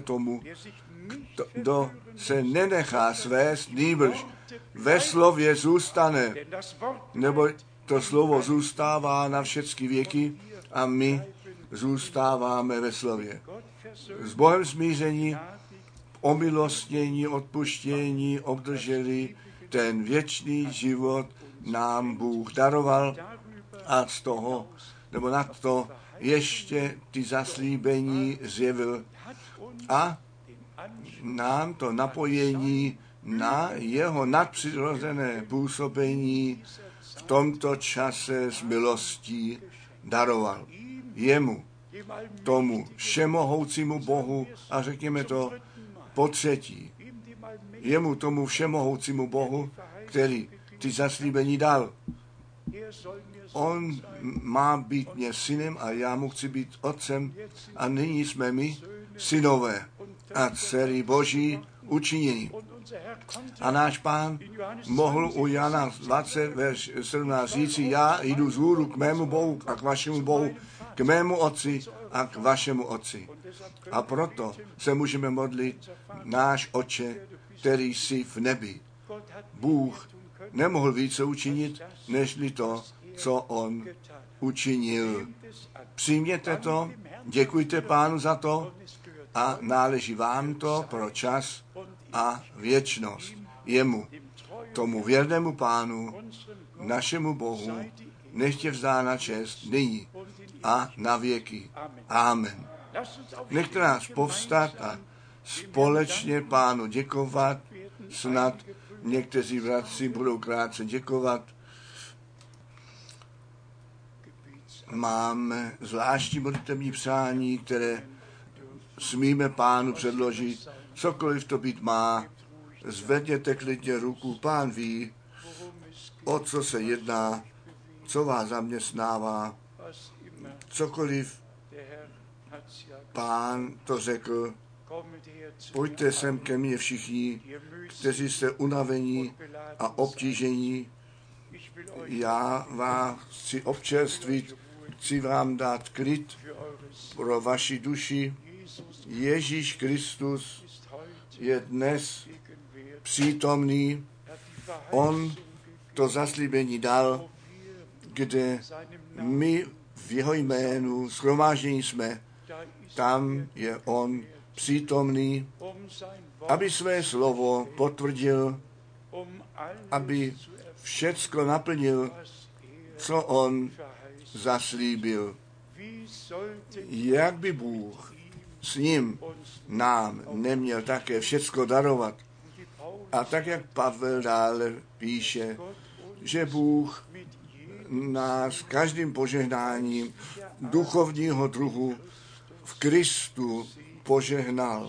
kdo se nenechá svést, nýbrž ve slově zůstane, nebo to slovo zůstává na všechny věky a my zůstáváme ve slově. S Bohem smíření, omilostnění, odpuštění obdrželi, ten věčný život nám Bůh daroval a z toho, nebo nad to ještě ty zaslíbení zjevil a nám to napojení na jeho nadpřirozené působení v tomto čase s milostí daroval. Jemu, tomu všemohoucímu Bohu, a řekněme to po třetí, jemu, tomu všemohoucímu Bohu, který ty zaslíbení dal. On má být mě synem a já mu chci být otcem a nyní jsme my synové a dcery Boží učinění. A náš Pán mohl u Jana 20, verš 17 říci, já jdu vzhůru k mému Bohu a k vašemu Bohu, k mému Otci a k vašemu Otci. A proto se můžeme modlit, náš Otče, který jsi v nebi. Bůh nemohl více učinit, nežli to, co on učinil. Přijměte to, děkujte Pánu za to a náleží vám to pro čas a věčnost. Jemu, tomu věrnému Pánu, našemu Bohu, nechtě vzdána čest nyní a na věky. Amen. Nechte nás povstat a společně Pánu děkovat, snad někteří bratři budou krátce děkovat. Máme zvláštní modlitevní přání, které smíme Pánu předložit. Cokoliv to být má, zvedněte klidně ruku. Pán ví, o co se jedná, co vás zaměstnává. Cokoliv Pán to řekl, pojďte sem ke mně všichni, kteří jste unavení a obtížení. Já vás chci občerstvit, chci vám dát klid pro vaši duši. Ježíš Kristus je dnes přítomný. On to zaslíbení dal, kde my v jeho jménu shromáždění jsme. Tam je on přítomný, aby své slovo potvrdil, aby všecko naplnil, co on zaslíbil. Jak by Bůh s ním nám neměl také všecko darovat. A tak, jak Pavel dále píše, že Bůh nás každým požehnáním duchovního druhu v Kristu požehnal.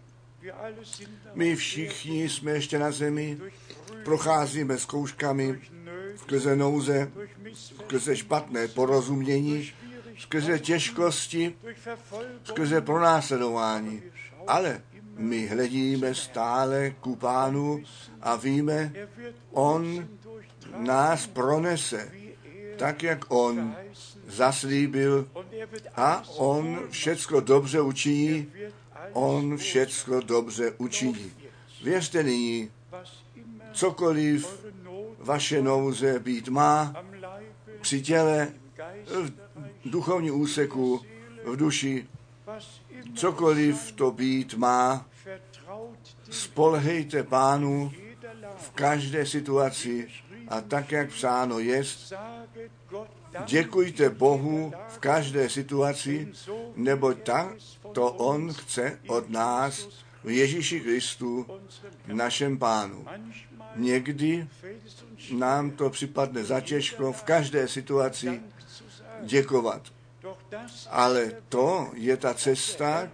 My všichni jsme ještě na zemi, procházíme zkouškami, skrze nouze, skrze špatné porozumění, skrze těžkosti, skrze pronásledování. Ale my hledíme stále ku Pánu a víme, on nás pronese, tak jak on zaslíbil a on všecko dobře učiní, on všecko dobře učiní. Věřte nyní, cokoliv vaše nouze být má, při těle, v duchovním úseku, v duši, cokoliv to být má, spolehejte Pánu v každé situaci a tak, jak psáno jest, děkujte Bohu v každé situaci, neboť tak to on chce od nás v Ježíši Kristu, našem Pánu. Někdy nám to připadne za těžko v každé situaci děkovat. Ale to je ta cesta,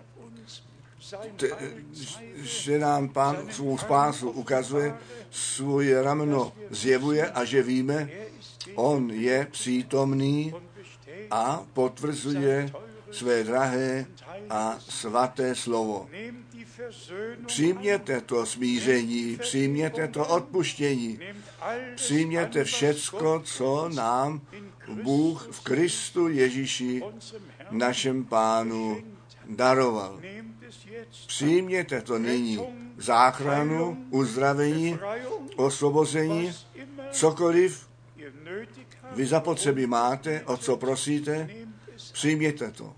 že nám Pán svou spásu ukazuje, svoje rameno zjevuje a že víme, on je přítomný a potvrzuje své drahé a svaté slovo. Přijměte to smíření, přijměte to odpuštění, přijměte všecko, co nám Bůh v Kristu Ježíši, našem Pánu, daroval. Přijměte to nyní. Záchranu, uzdravení, osvobození, cokoliv vy zapotřebí máte, o co prosíte, přijměte to.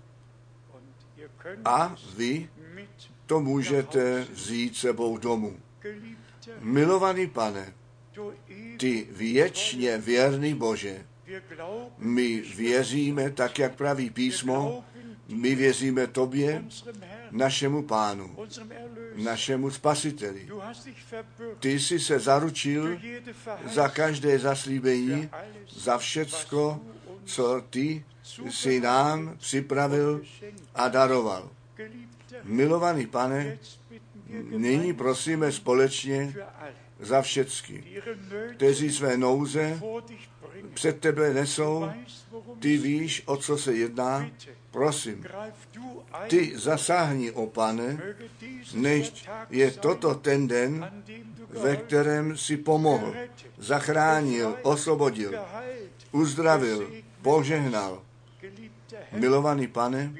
A vy to můžete vzít sebou domů. Milovaný Pane, ty věčně věrný Bože, my věříme tak, jak praví písmo, my věříme tobě, našemu Pánu, našemu Spasiteli. Ty jsi se zaručil za každé zaslíbení, za všecko, co ty jsi nám připravil a daroval. Milovaný Pane, nyní prosíme společně za všecky, kteří své nouze před tebe nesou. Ty víš, o co se jedná. Prosím, ty zasáhni, o Pane, než je toto ten den, ve kterém si pomohl, zachránil, osvobodil, uzdravil, požehnal. Milovaný Pane,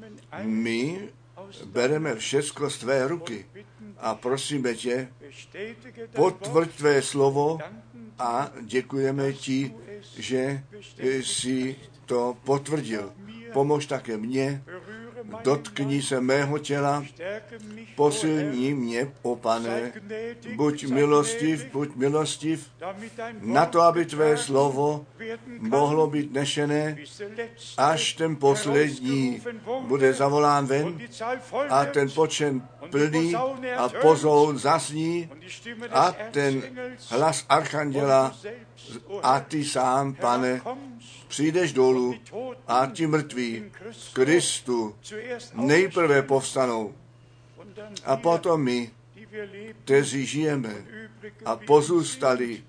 my bereme všecko z tvé ruky a prosíme tě, potvrď tvé slovo a děkujeme ti, že jsi to potvrdil. Pomož také mně, dotkni se mého těla, posilni mě, o Pane, buď milostiv, na to, aby tvé slovo mohlo být nešené, až ten poslední bude zavolán ven a ten počet plný a pozoun zasní a ten hlas archanděla a ty sám, Pane, přijdeš dolů a ti mrtví v Kristu nejprve povstanou. A potom my, kteří žijeme a pozůstali,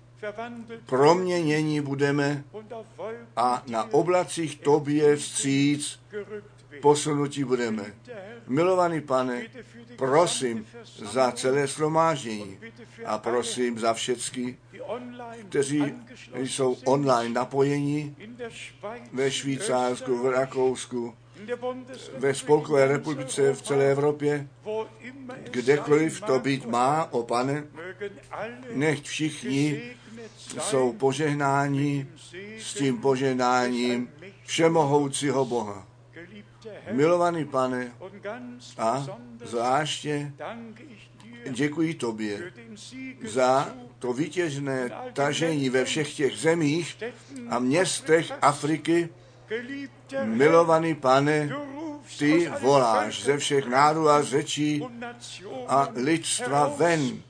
proměnění budeme a na oblacích tobě vstříc posunutí budeme. Milovaný Pane, prosím za celé shromáždění a prosím za všechny, kteří jsou online napojeni ve Švýcarsku, v Rakousku, ve Spolkové republice, v celé Evropě, kdekoliv to být má, o Pane, nechť všichni jsou požehnáni s tím požehnáním všemohoucího Boha. Milovaný Pane, a zvláště děkuji tobě za to vítězné tažení ve všech těch zemích a městech Afriky. Milovaný Pane, ty voláš ze všech národů a řečí a lidstva ven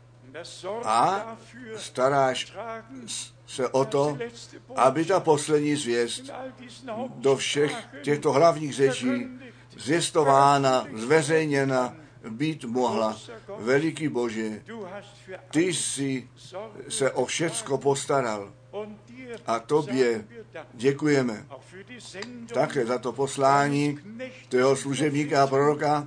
a staráš se o to, aby ta poslední zvěst do všech těchto hlavních řečí zvěstována, zveřejněna být mohla. Veliký Bože, ty jsi se o všecko postaral a tobě děkujeme také za to poslání tvého služebníka a proroka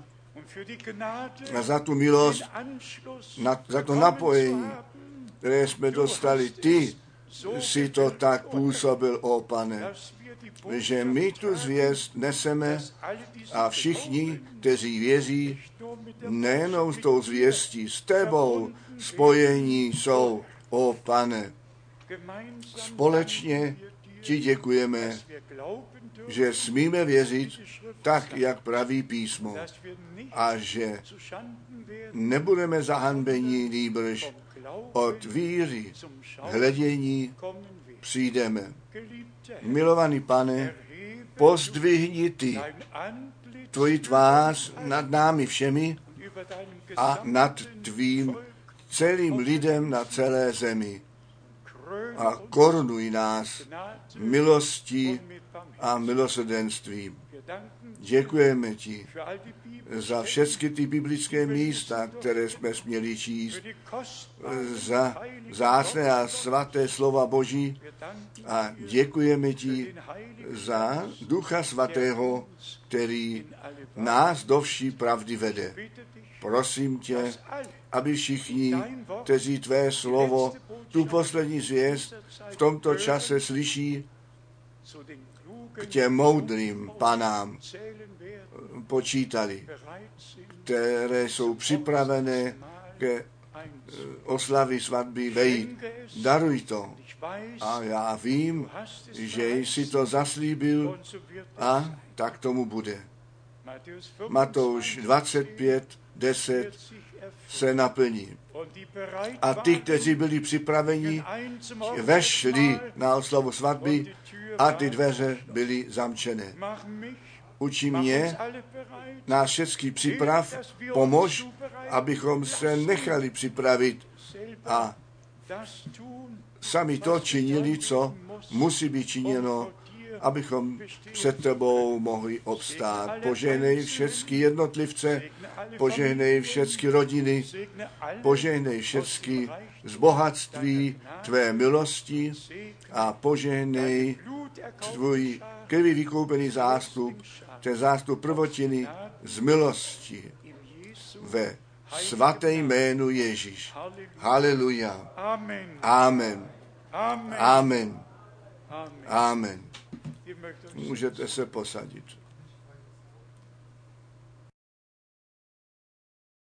a za tu milost, za to napojení, které jsme dostali. Ty si to tak působil, o Pane, že my tu zvěst neseme a všichni, kteří věří, nejenom s tou zvěstí, s tebou spojení jsou, o Pane. Společně ti děkujeme, že smíme věřit tak, jak praví písmo a že nebudeme zahanbeni, nýbrž od víry hledění přijdeme. Milovaný Pane, pozdvihni ty tvoji tvář nad námi všemi a nad tvým celým lidem na celé zemi. A korunuj nás milostí a milosrdenstvím. Děkujeme ti za všechny ty biblické místa, které jsme směli číst, za vzácné a svaté slova Boží a děkujeme ti za Ducha Svatého, který nás do vší pravdy vede. Prosím tě, aby všichni, kteří tvé slovo, tu poslední zvěst v tomto čase slyší, k těm moudrým panám počítali, které jsou připravené ke oslavy svatby vejít. Daruj to. A já vím, že jsi to zaslíbil a tak tomu bude. Matouš 25:10 se naplní. A ty, kteří byli připraveni, vešli na oslavu svatby a ty dveře byly zamčené. Učí mě, nás všechny připrav, pomož, abychom se nechali připravit a sami to činili, co musí být činěno, abychom před tebou mohli obstát. Požehnej všechny jednotlivce, požehnej všechny rodiny, požehnej všechny z bohatství tvé milosti a požehnej tvůj krví vykoupený zástup, ten zástup prvotiny z milosti ve svaté jménu Ježíš. Haleluja. Amen. Amen. Amen. Můžete se posadit.